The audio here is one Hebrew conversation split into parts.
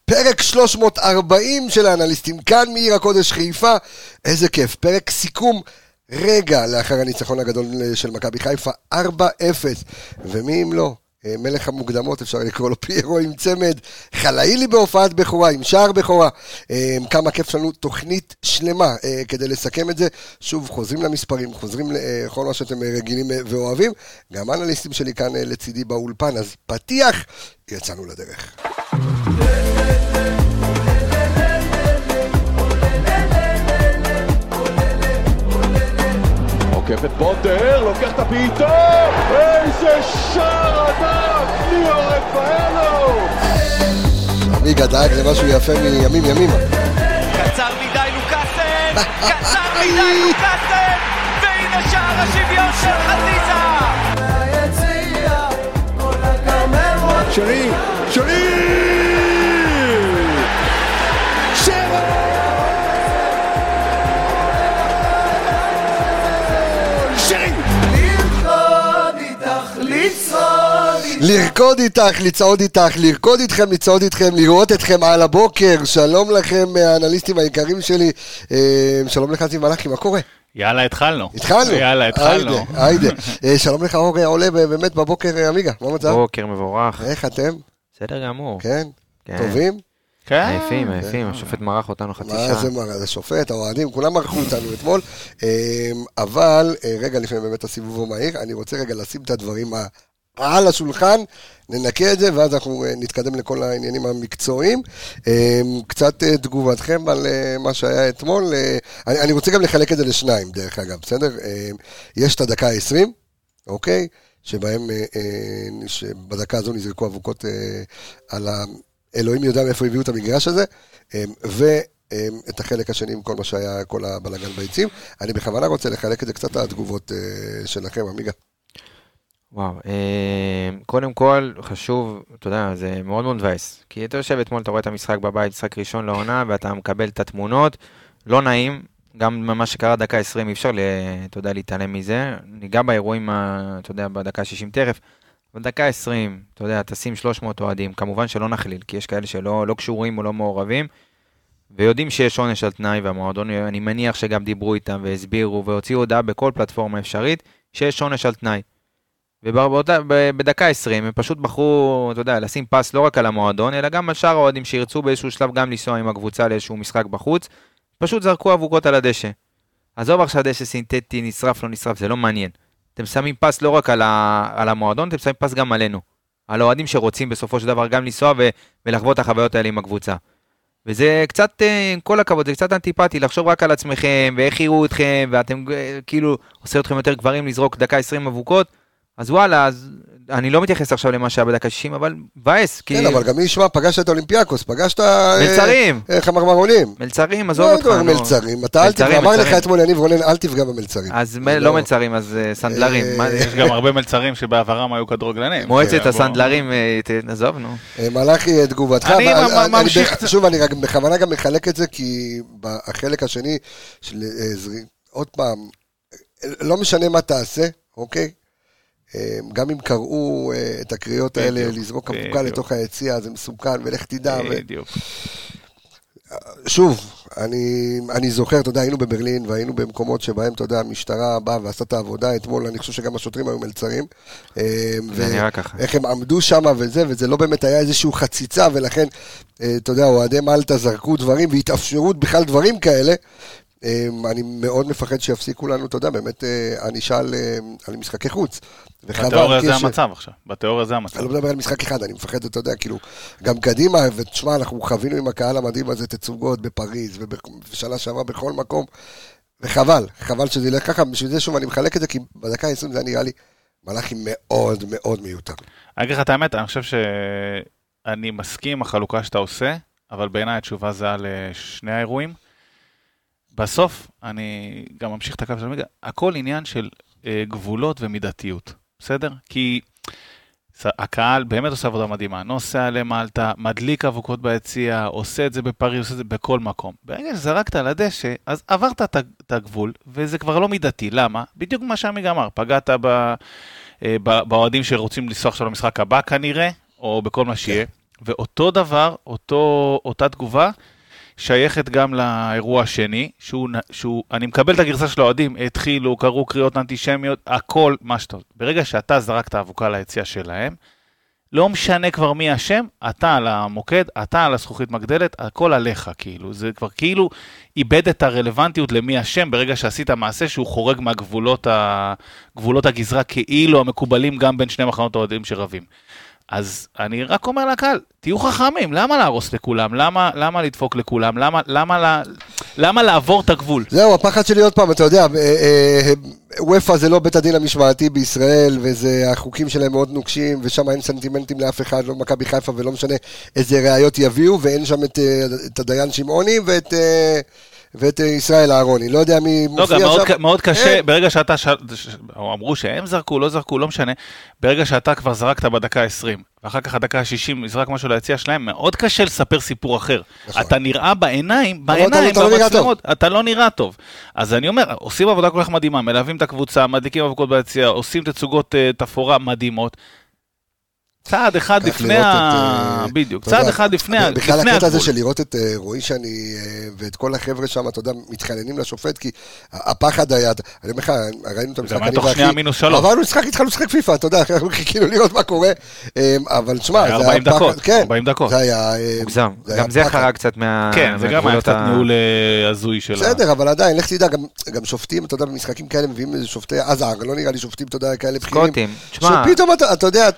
פרק 340 של האנליסטים, כאן מעיר הקודש חיפה, איזה כיף, פרק סיכום רגע לאחר הניצחון הגדול של מכבי חיפה, 4-0, ומי אם לא, מלך המוקדמות, אפשר לקרוא לו פיירו עם צמד, חלאילי בהופעת בכורה, עם שער בכורה, כמה כיף שלנו, תוכנית שלמה כדי לסכם את זה, שוב חוזרים למספרים, חוזרים לכל מה שאתם רגילים ואוהבים, גם האנליסטים שלי כאן לצידי באולפן, אז פתיח, יצאנו לדרך. עוקפת בוטר, לוקח את הפעיטה, איזה שער ענק, ליאור רפאלו! עמיגה דאג למשהו יפה מימים ימימה. קצר מדי לוקאסן, והנה שער השוויון של חזיזה! שרי! לרקוד איתך, לצעוד איתך, לרקוד איתכם, לצעוד איתכם, לראות אתכם על הבוקר. שלום לכם האנליסטים היקרים שלי. שלום לך זיו מלאכי, מה קורה? יאללה, התחלנו. התחלנו. היידה. שלום לך אור עולה באמת בבוקר, עמיגה, מה מצב? בוקר מבורך. איך אתם? בסדר גמור. כן? טובים? עייפים, השופט מרח אותנו חצי שעה. מה זה מרח? זה שופט, האוהדים, כולם מרחו אותנו אתמול. אבל רגע לפני באמת הסיבוב המהיר, אני רוצה רגע לשים את הדברים על השולחן, ננקה את זה, ואז אנחנו נתקדם לכל העניינים המקצועיים. קצת תגובתכם על מה שהיה אתמול. אני רוצה גם לחלק את זה לשניים, דרך אגב, בסדר? יש את הדקה ה-20, אוקיי? שבהם, שבדקה הזו נזרקו אבוקות על האלוהים יודע מאיפה הביאו את המגרש הזה, ואת החלק השני עם כל מה שהיה, כל הבלגן ביצים. אני בכוונה רוצה לחלק את זה קצת התגובות שלכם, עמיגה. וואו, קודם כל חשוב, אתה יודע, זה מאוד מאוד מבאס, כי אתה יושב אתמול, אתה רואה את המשחק בבית, משחק ראשון לעונה, ואתה מקבל את התמונות, לא נעים, גם מה שקרה דקה 20, אי אפשר, אתה יודע, להתעלם מזה, ניגע באירועים, אתה יודע, בדקה 60 תכף, בדקה 20, אתה יודע, תשים 300 אוהדים, כמובן שלא נכליל, כי יש כאלה שלא קשורים או לא מעורבים, ויודעים שיש עונש על תנאי, והמועדון, אני מניח שגם דיברו איתם והסבירו, והוציאו הודעה בכל פלטפורמה אפשרית, שיש עונש על תנאי. ובדקה 20 הם פשוט בחרו, אתה יודע, לשים פס לא רק על המועדון, אלא גם על שאר האוהדים שירצו באיזשהו שלב גם לנסוע עם הקבוצה לאיזשהו משחק בחוץ, פשוט זרקו אבוקות על הדשא. עזוב עכשיו דשא סינתטי, נשרף, לא נשרף, זה לא מעניין. אתם שמים פס לא רק על המועדון, אתם שמים פס גם עלינו. על האוהדים שרוצים בסופו של דבר גם לנסוע ולחוות את החוויות האלה עם הקבוצה. וזה קצת, כל הכבוד, זה קצת אנטיפטי, לחשוב רק על עצמכם, ואיך יראו אתכם, ואתם כאילו עושה אתכם יותר גברים לזרוק דקה 20 אבוקות, אז וואלה, אז אני לא מתייחס עכשיו למה שהיה בדקה 60, אבל בייס. כן, אבל גם מי ישמע, פגשת את אולימפיאקוס, פגשת... מלצרים. חמרמרונים. מלצרים, עזוב אותך. לא, מלצרים. אתה אל תפגע, אמר לך אתמול יניב רונן, אל תפגע במלצרים. אז לא מלצרים, אז סנדלרים. יש גם הרבה מלצרים שבעברם היו כדורגלנים. מועצת הסנדלרים, עזוב, נו. מלאכי, תגובתך. שוב, אני רק בכוונה גם מחלק את זה, כי בחלק השני, עוד פעם, לא משנה מה תעשה, אוקיי? גם אם קראו את הקריאות האלה, לזרוק אבוקה לתוך היציאה, זה מסוכן, ולך תדע. שוב, אני זוכר, אתה יודע, היינו בברלין, והיינו במקומות שבהם, אתה יודע, המשטרה באה ועשתה את העבודה אתמול, אני חושב שגם השוטרים היו מלצרים. ואיך הם עמדו שם וזה לא באמת היה איזושהי חציצה, ולכן, אתה יודע, אוהדי מלטה זרקו דברים, והתאפשרות בכלל דברים כאלה, אני מאוד מפחד שיפסיקו לנו, אתה יודע, באמת ענישה על משחקי חוץ. בתיאוריה זה המצב עכשיו, בתיאוריה זה המצב. אני לא מדבר על משחק אחד, אני מפחד, אתה יודע, כאילו, גם קדימה, ותשמע, אנחנו חווינו עם הקהל המדהים הזה תצוגות בפריז, ובשנה שעברה בכל מקום, וחבל שזה ילך ככה, בשביל זה שוב אני מחלק את זה, כי בדקה ה-20 זה נראה לי מלאכי מאוד מאוד מיותר. אני אגיד לך את האמת, אני חושב שאני מסכים עם החלוקה שאתה עושה, אבל בעיניי התשובה זה על שני האירועים. בסוף, אני גם ממשיך את הקו של עמיגה, הכל עניין של גבולות ומידתיות, בסדר? כי הקהל באמת עושה עבודה מדהימה, נוסע למלטה, מדליק אבוקות ביציאה, עושה את זה בפריז, עושה את זה בכל מקום. ברגע שזרקת על הדשא, אז עברת את הגבול, וזה כבר לא מידתי. למה? בדיוק מה שעמיגה אמר, פגעת באוהדים שרוצים לנסוע עכשיו למשחק הבא כנראה, או בכל מה שיהיה. ואותו דבר, אותה תגובה, שייכת גם לאירוע השני, אני מקבל את הגרסה של האוהדים, התחילו, קראו קריאות אנטישמיות, הכל מה שאתה, ברגע שאתה זרקת אבוקה ליציאה שלהם, לא משנה כבר מי השם, אתה על המוקד, אתה על הזכוכית מגדלת, הכל עליך, כאילו, זה כבר כאילו איבד את הרלוונטיות למי השם, ברגע שעשית מעשה שהוא חורג מהגבולות הגזרה, כאילו המקובלים גם בין שני מחנות האוהדים שרבים. אז אני רק אומר לקהל, תהיו חכמים, למה להרוס לכולם? למה לדפוק לכולם? למה לעבור את הגבול? זהו, הפחד שלי עוד פעם, אתה יודע, וופא זה לא בית הדין המשמעתי בישראל, וזה החוקים שלהם מאוד נוקשים, ושם אין סנטימנטים לאף אחד, לא מכבי חיפה, ולא משנה איזה ראיות יביאו, ואין שם את הדיין שמעוני, ואת ישראל הארוני, לא יודע מי מופיע שם. מאוד קשה, ברגע שאתה, אמרו שהם זרקו, לא זרקו, לא משנה, ברגע שאתה כבר זרקת בדקה 20, ואחר כך הדקה 60 נזרק משהו ליציאה שלהם, מאוד קשה לספר סיפור אחר. אתה נראה בעיניים, במצלמות, אתה לא נראה טוב. אז אני אומר, עושים עבודה כל כך מדהימה, מלווים את הקבוצה, מדליקים אבוקות ביציאה, עושים תצוגות תפאורה מדהימות, צעד אחד לפני בדיוק, צעד אחד לפני הגבול. בכלל הקטע הזה של לראות את רועי שאני, ואת כל החבר'ה שם, אתה יודע, מתחננים לשופט, כי הפחד היה, אני אומר לך, ראינו את המשחק, זה היה תוך שנייה -3. עברנו משחק, התחלנו לשחק פיפה, אתה יודע, כאילו לראות מה קורה, אבל תשמע, זה היה 40 דקות, 40 דקות. זה היה מוגזם, גם זה חרג קצת כן, זה גם היה קצת ניהול הזוי שלה. בסדר, אבל עדיין, לך תדע, גם שופטים, אתה יודע, במשחקים כאלה מביאים איזה שופטי עזר, לא נראה לי שופטים, אתה יודע, כאלה בכירים. שפתאום אתה יודע,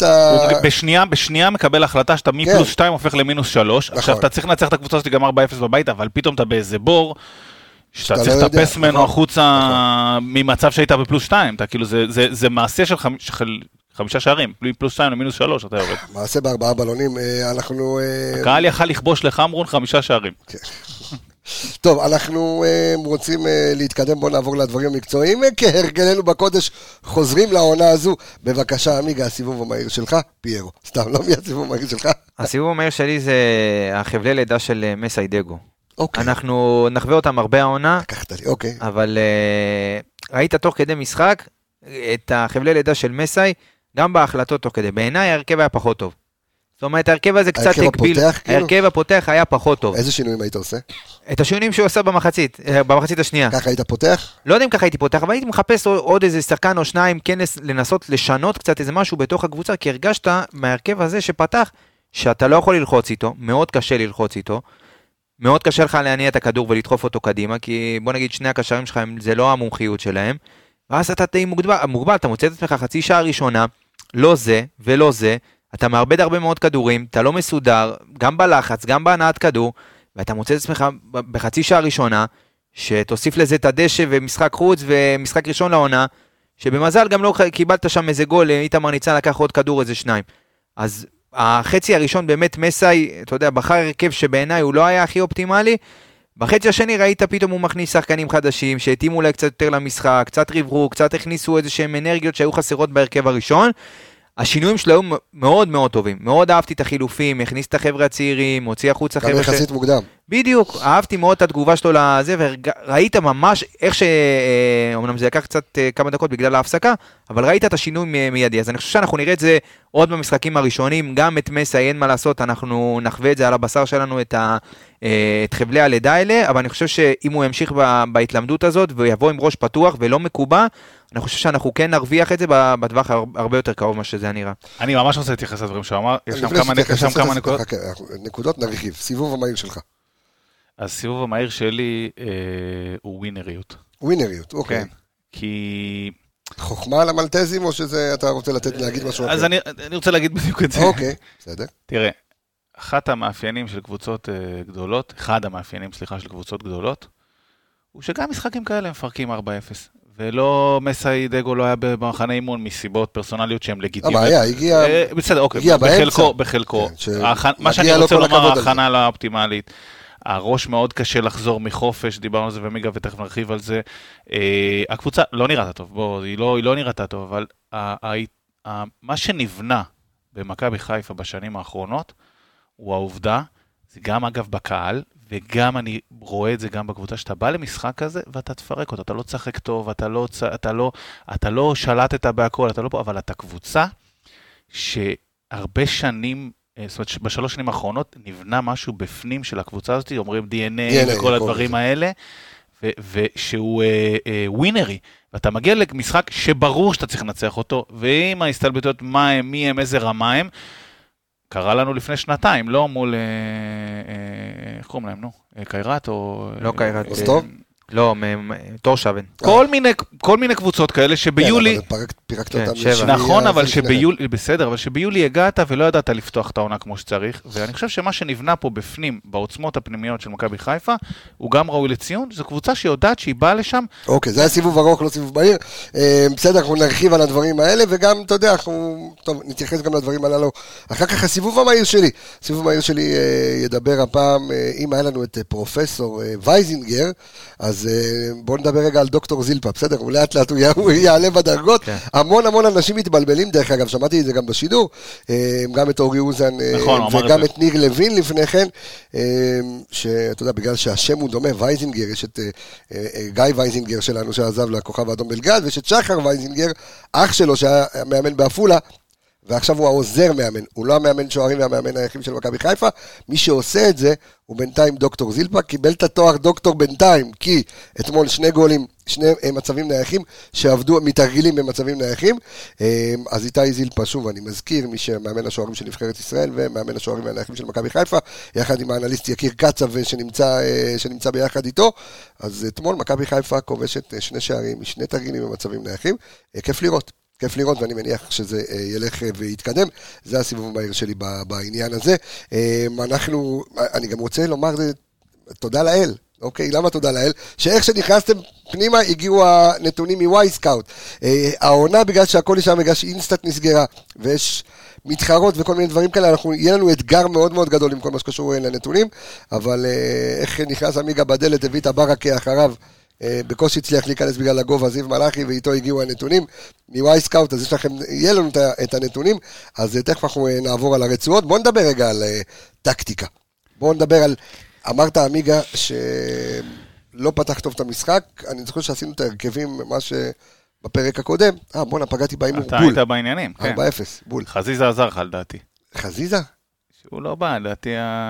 בשנייה מקבל החלטה שאתה מ+2 הופך ל-3, עכשיו אתה צריך לנצח את הקבוצה שלי גם 4-0 בבית, אבל פתאום אתה באיזה בור, שאתה צריך לטפס ממנו החוצה ממצב שהיית ב+2, זה מעשה של 5 שערים, +2 ל-3, אתה יורד. מעשה ב4 בלונים, אנחנו... הקהל יכל לכבוש לחמרון 5 שערים. טוב, אנחנו רוצים להתקדם, בוא נעבור לדברים המקצועיים, כהרגלנו בקודש, חוזרים לעונה הזו, בבקשה עמיגה, הסיבוב המהיר שלך, פיירו, סתם, לא מי הסיבוב המהיר שלך? הסיבוב המהיר שלי זה החבלי לידה של מסי דגו. אנחנו נחווה אותם הרבה העונה, אבל ראית תוך כדי משחק, את החבלי לידה של מסי, גם בהחלטות תוך כדי, בעיניי ההרכב היה פחות טוב. זאת אומרת, ההרכב הזה קצת הקביל, ההרכב הפותח היה פחות טוב. איזה שינויים היית עושה? את השינויים שהוא עושה במחצית השנייה. ככה היית פותח? לא יודע אם ככה הייתי פותח, אבל הייתי מחפש עוד איזה שחקן או שניים, כן לנסות לשנות קצת איזה משהו בתוך הקבוצה, כי הרגשת מההרכב הזה שפתח, שאתה לא יכול ללחוץ איתו, מאוד קשה ללחוץ איתו, מאוד קשה לך להניע את הכדור ולדחוף אותו קדימה, כי בוא נגיד שני הקשרים שלך, זה לא המומחיות שלהם, ואז אתה תהיה מוגבל, אתה מוצא את עצמך חצי שעה ראשונה, לא זה ולא זה, אתה מאבד הרבה מאוד כדורים, אתה לא מסודר, גם בלחץ, גם בהנעת כדור, ואתה מוצא את עצמך בחצי שעה ראשונה, שתוסיף לזה את הדשא ומשחק חוץ ומשחק ראשון לעונה, שבמזל גם לא קיבלת שם איזה גול, איתמר ניצן לקח עוד כדור איזה 2. אז החצי הראשון באמת מסי, אתה יודע, בחר הרכב שבעיניי הוא לא היה הכי אופטימלי, בחצי השני ראית פתאום הוא מכניס שחקנים חדשים, שהתאימו אולי קצת יותר למשחק, קצת ריברו, קצת הכניסו איזה שהם אנרגיות שהיו חסרות בהרכב הראשון, השינויים שלו היו מאוד מאוד טובים, מאוד אהבתי את החילופים, הכניס את החבר'ה הצעירים, הוציא החוץ החבר'ה... גם יחסית מוקדם. בדיוק, אהבתי מאוד את התגובה שלו לזה, וראית ממש איך אמנם זה לקח קצת כמה דקות בגלל ההפסקה, אבל ראית את השינוי מיידי, אז אני חושב שאנחנו נראה את זה עוד במשחקים הראשונים, גם את מסי, אין מה לעשות, אנחנו נחווה את זה על הבשר שלנו, את חבלי הלידה האלה, אבל אני חושב שאם הוא ימשיך בהתלמדות הזאת, ויבוא עם ראש פתוח ולא מקובע, אני חושב שאנחנו כן נרוויח את זה בטווח הרבה יותר קרוב מה שזה נראה. אני ממש רוצה להתייחס לדברים שאמר, יש שם כמה נקודות. נקודות נרחיב, סיבוב המהיר שלך. אז סיבוב המהיר שלי הוא ווינריות. ווינריות, אוקיי. כן, כי... חוכמה על המלטזים או שזה אתה רוצה להגיד משהו אחר? אז אני רוצה להגיד בדיוק את זה. אוקיי, בסדר. תראה, אחד המאפיינים של קבוצות גדולות, של קבוצות גדולות, הוא שגם משחקים כאלה מפרקים 4-0. ולא מסי דגו לא היה במחנה אימון מסיבות פרסונליות שהן לגיטימיות. הבעיה, הגיע... בסדר, אוקיי, בחלקו. מה שאני רוצה לומר, ההכנה לא אופטימלית. הראש מאוד קשה לחזור מחופש, דיברנו על זה ומיגה ותכף נרחיב על זה. הקבוצה לא נראתה טוב, היא לא נראתה טוב, אבל מה שנבנה במכבי חיפה בשנים האחרונות, הוא העובדה, זה גם אגב בקהל, וגם אני רואה את זה גם בקבוצה, שאתה בא למשחק הזה, ואתה תפרק אותו, אתה לא צחק טוב, אתה לא שלטת בהכל, אתה לא פה, אבל אתה קבוצה שהרבה שנים זאת אומרת, בשלוש שנים האחרונות נבנה משהו בפנים של הקבוצה הזאת, אומרים DNA וכל הדברים האלה, ושהוא ווינרי, ואתה מגיע למשחק שברור שאתה צריך לנצח אותו, ועם ההסתלבטויות מה הם, מי הם, איזה רמה הם, קרה לנו לפני שנתיים, לא מול, איך קוראים להם, נו? קיירת או... לא קיירת. רוסטוב? לא, תור שבן. כל מיני קבוצות כאלה שביולי... כן, אבל פירקת אותם. נכון, אבל שביולי, בסדר, אבל שביולי הגעת ולא ידעת לפתוח את העונה כמו שצריך, ואני חושב שמה שנבנה פה בפנים, בעוצמות הפנימיות של מכבי חיפה, הוא גם ראוי לציון, זו קבוצה שיודעת שהיא באה לשם. אוקיי, זה היה סיבוב ארוך, לא סיבוב מהיר. בסדר, אנחנו נרחיב על הדברים האלה, וגם, אתה יודע, טוב, נתייחס גם לדברים הללו. אחר כך הסיבוב המהיר שלי. הסיבוב המהיר שלי ידבר הפעם, אם היה לנו את פרופסור וייזינגר, אז בואו נדבר רגע על דוקטור זילפה, בסדר? הוא לאט לאט הוא יעלה בדרגות. המון אנשים מתבלבלים, דרך אגב, שמעתי את זה גם בשידור, גם את אורי אוזן וגם את ניר לוין לפני כן, שאתה יודע, בגלל שהשם הוא דומה, וייזינגר, יש את גיא וייזינגר שלנו שעזב לכוכב האדום בלגרד, ויש את שחר וייזינגר, אח שלו שהיה מאמן באפולה, ועכשיו הוא העוזר מאמן, הוא לא המאמן שוערים והמאמן היחיד של מכבי חיפה, מי שעושה את זה הוא בינתיים דוקטור זילפה, קיבל את התואר דוקטור בינתיים, כי אתמול 2 גולים, 2 מצבים נייחים, שעבדו מתרגילים במצבים נייחים, אז איתי זילפה, שוב אני מזכיר, מי שמאמן השוערים של נבחרת ישראל, ומאמן השוערים והנייחים של מכבי חיפה, יחד עם האנליסט יקיר קצב שנמצא ביחד איתו, אז אתמול מכבי חיפה כובשת 2 שערים, 2 תרגילים במצבים נייחים, כיף לראות, ואני מניח שזה ילך ויתקדם. זה הסיבוב המהיר שלי בעניין הזה. אני גם רוצה לומר תודה לאל, אוקיי? למה תודה לאל? שאיך שנכנסתם פנימה הגיעו הנתונים מוואי סקאוט. העונה בגלל שהכל יש שם, בגלל שאינסטאט נסגרה, ויש מתחרות וכל מיני דברים כאלה, יהיה לנו אתגר מאוד מאוד גדול עם כל מה שקשור לנתונים, אבל איך נכנס עמיגה בדלת, הביא את הברקה אחריו, בקושי הצליח להיכנס בגלל הגובה זיו מלאכי, ואיתו הגיעו הנתונים מוואי סקאוט, אז יהיה לנו את הנתונים, אז תכף אנחנו נעבור על הרצועות. בואו נדבר רגע על טקטיקה. בואו נדבר על, אמרת עמיגה שלא פתח טוב את המשחק, אני זוכר שעשינו את ההרכבים ממש בפרק הקודם, בואו פגעתי באימור בול. אתה היית בעניינים, כן. 4-0, בול. חזיזה עזר לך לדעתי. חזיזה? שהוא לא בא, לדעתי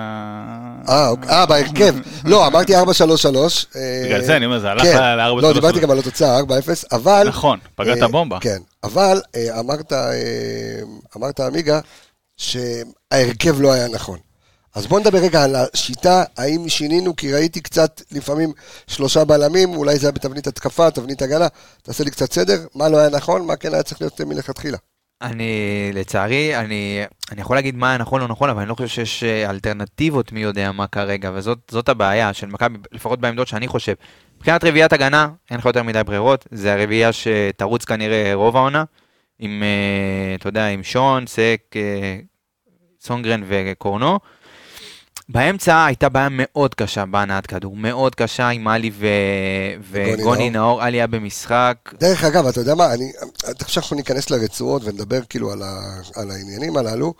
בהרכב. לא, אמרתי 4-3-3. בגלל זה אני אומר, זה הלך ל-4-3-3. לא, דיברתי גם על התוצאה, 4-0, אבל... נכון, פגעת בומבה. כן, אבל אמרת עמיגה שההרכב לא היה נכון. אז בוא נדבר רגע על השיטה, האם שינינו, כי ראיתי קצת לפעמים 3 בלמים, אולי זה היה בתבנית התקפה, תבנית הגנה, תעשה לי קצת סדר, מה לא היה נכון, מה כן היה צריך להיות מלכתחילה. לצערי, אני יכול להגיד מה היה נכון או לא נכון, אבל אני לא חושב שיש אלטרנטיבות מי יודע מה כרגע, וזאת הבעיה של מכבי, לפחות בעמדות שאני חושב. מבחינת רביעיית הגנה, אין לך יותר מדי ברירות, זה הרביעייה שתרוץ כנראה רוב העונה, עם, אתה יודע, עם שון, סק, סונגרן וקורנו. באמצע הייתה בעיה מאוד קשה בהנעת כדור, מאוד קשה עם אלי וגוני נאור, אלי היה במשחק. דרך אגב, אתה יודע מה, אתה חושב שאנחנו ניכנס לרצועות ונדבר כאילו על העניינים הללו.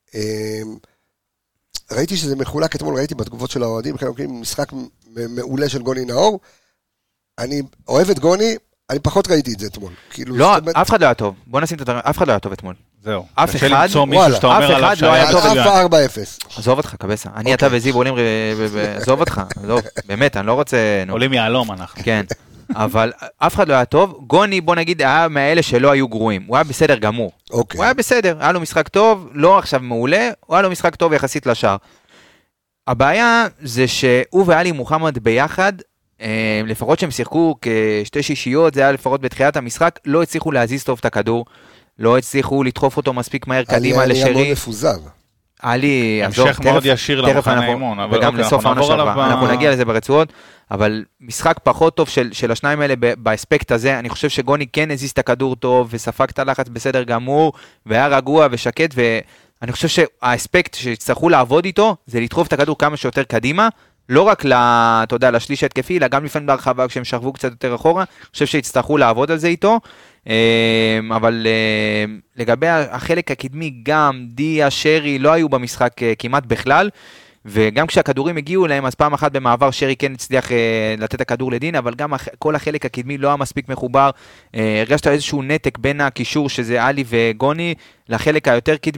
ראיתי שזה מחולק אתמול, ראיתי בתגובות של האוהדים, משחק מעולה של גוני נאור. אני אוהב את גוני, אני פחות ראיתי את זה אתמול. לא, אף אחד לא היה טוב. בוא נשים את אף אחד לא היה טוב אתמול. זהו. אף אחד לא היה טוב. אף 4-0. עזוב אותך, קבסה. אני אתה וזיו עולים, עזוב אותך. באמת, אני לא רוצה... עולים יעלום אנחנו. כן. אבל אף אחד לא היה טוב. גוני, בוא נגיד, היה מאלה שלא היו גרועים. הוא היה בסדר גמור. הוא היה בסדר. היה לו משחק טוב, לא עכשיו מעולה, הוא היה לו משחק טוב יחסית לשאר. הבעיה זה שהוא ואלי מוחמד ביחד, לפחות שהם שיחקו כשתי שישיות, זה היה לפחות בתחילת המשחק, לא הצליחו להזיז טוב את הכדור, לא הצליחו לדחוף אותו מספיק מהר קדימה לשרי. אני מאוד מפוזר. עלי, המשך מאוד ישיר למחנה האימון, וגם לסוף העונה שעברה, אנחנו נגיע לזה ברצועות, אבל משחק פחות טוב של השניים האלה באספקט הזה, אני חושב שגוני כן הזיז את הכדור טוב, וספק את הלחץ בסדר גמור, והיה רגוע ושקט, ואני חושב שהאספקט שצטרכו לעבוד איתו, זה לדחוף את הכדור כמה שיותר קדימה, לא רק לשליש התקפי, אלא גם לפעמים בהרחבה, כשהם שכבו קצת יותר אחורה, אני חושב שהצטרכו לעבוד על זה איתו, אבל לגבי החלק הקדמי, גם דיה, שרי, לא היו במשחק כמעט בכלל, וגם כשהכדורים הגיעו אליהם, אז פעם אחת במעבר שרי כן הצליח לתת את הכדור לדין, אבל גם כל החלק הקדמי לא היה מספיק מחובר, הרגשת איזשהו נתק בין הקישור, שזה אלי וגוני, לחלק היותר קדמי,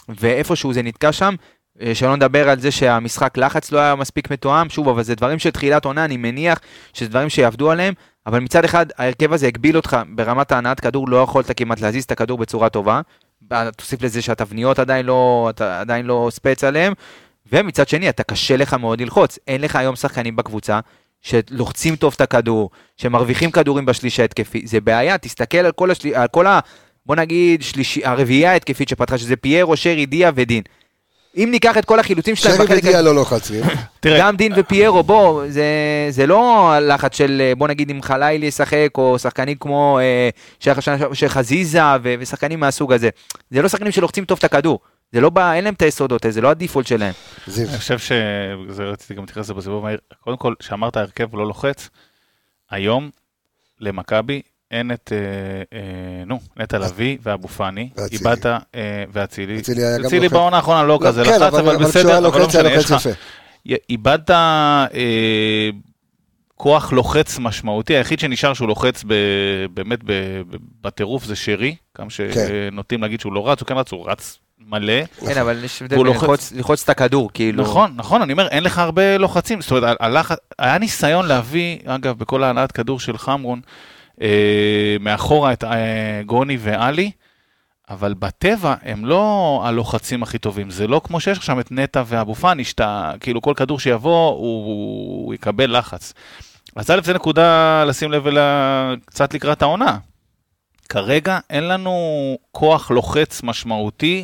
ואיפשהו זה נתקע שם, שלא נדבר על זה שהמשחק לחץ לא היה מספיק מתואם, שוב, אבל זה דברים של תחילת עונה, אני מניח שזה דברים שיעבדו עליהם, אבל מצד אחד, ההרכב הזה הגביל אותך ברמת ההנעת כדור, לא יכולת כמעט להזיז את הכדור בצורה טובה, תוסיף לזה שהתבניות עדיין לא ספץ עליהם, ומצד שני, אתה קשה לך מאוד ללחוץ, אין לך היום שחקנים בקבוצה, שלוחצים טוב את הכדור, שמרוויחים כדורים בשליש ההתקפי, זה בעיה, תסתכל על כל בוא נגיד, הרביעייה ההתקפית שפתחה, שזה פיירו, שרי, דיה ודין. אם ניקח את כל החילוצים שלהם... שרי ודיה לא לוחצים. גם דין ופיירו, בוא, זה לא לחץ של, בוא נגיד, אם חלילי ישחק, או שחקנים כמו שחזיזה, ושחקנים מהסוג הזה. זה לא שחקנים שלוחצים טוב את הכדור. זה לא אין להם את היסודות, זה לא הדיפולט שלהם. אני חושב שזה רציתי גם להתייחס לזה בסיבוב מהיר. קודם כל, שאמרת הרכב לא לוחץ, היום למכבי אין את נטע לביא ואבו פאני, איבדת ואצילי. אצילי בעונה האחרונה לא כזה לחץ, אבל בסדר, אבל לא משנה, יש לך. איבדת כוח לוחץ משמעותי, היחיד שנשאר שהוא לוחץ באמת בטירוף זה שרי, כמה שנוטים להגיד שהוא לא רץ, הוא כן רץ, הוא רץ מלא. כן, אבל יש הבדל ללחוץ את הכדור, כאילו. נכון, אני אומר, אין לך הרבה לוחצים, זאת אומרת, היה ניסיון להביא, אגב, בכל העלאת כדור של חמרון, מאחורה את גוני ואלי, אבל בטבע הם לא הלוחצים הכי טובים, זה לא כמו שיש שם את נטע ואבו פאני, שאתה, כאילו כל כדור שיבוא, הוא יקבל לחץ. אז א' זה נקודה לשים לב קצת לקראת העונה. כרגע אין לנו כוח לוחץ משמעותי,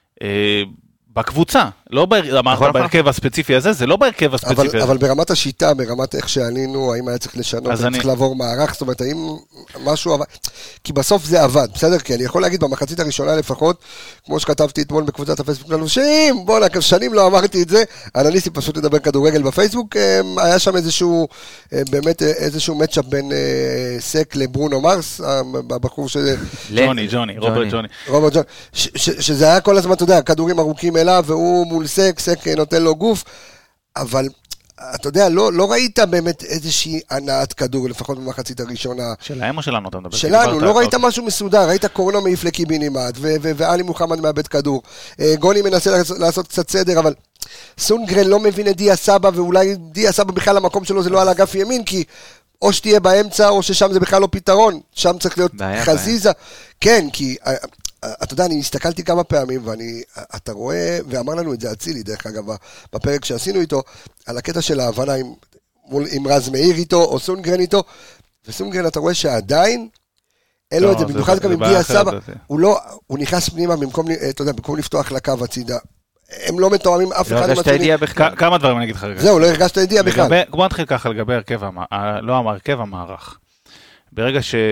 בקבוצה, לא בהרכב הספציפי הזה, זה לא בהרכב הספציפי הזה. אבל ברמת השיטה, ברמת איך שעלינו, האם היה צריך לשנות, צריך לעבור מערך, זאת אומרת, האם משהו עבד, כי בסוף זה עבד, בסדר? כי אני יכול להגיד במחצית הראשונה לפחות, כמו שכתבתי אתמול בקבוצת הפייסבוק לנו, שנים לא אמרתי את זה, אנליסטי פשוט לדבר כדורגל בפייסבוק, היה שם איזשהו, באמת איזשהו מצ'אפ בין סק לברונו מרס, הבחור רוברט ג'וני, שזה היה כל הזמן, אתה יודע, כדורים ארוכים אליו, והוא מול סק נותן לו גוף, אבל אתה יודע, לא ראית באמת איזושהי הנעת כדור, לפחות במחצית הראשונה. שלהם או שלנו אתה מדבר? שלנו, לא ראית משהו מסודר, ראית קורנו מעיף לקיבינימט, ואלי מוחמד מאבד כדור. גוני מנסה לעשות קצת סדר, אבל סונגרן לא מבין את דיה סבא, ואולי דיה סבא בכלל המקום שלו זה לא על אגף ימין, כי או שתהיה באמצע, או ששם זה בכלל לא פתרון, שם צריך להיות חזיזה. כן, כי אתה יודע, אני הסתכלתי כמה פעמים, אתה רואה, ואמר לנו את זה אצילי, דרך אגב, בפרק שעשינו איתו, על הקטע של ההבנה עם רז מאיר איתו, או סונגרן איתו, וסונגרן אתה רואה שעדיין, אין לו את זה, במיוחד גם עם דיה סבא, הוא נכנס פנימה במקום לפתוח לקו הצידה, הם לא מתואמים אף אחד. כמה דברים אני אגיד לך רגע. זהו, לא הרגשת הידיעה בכלל. בוא נתחיל ככה לגבי הרכב, לא המרכב, המערך. ברגע ש...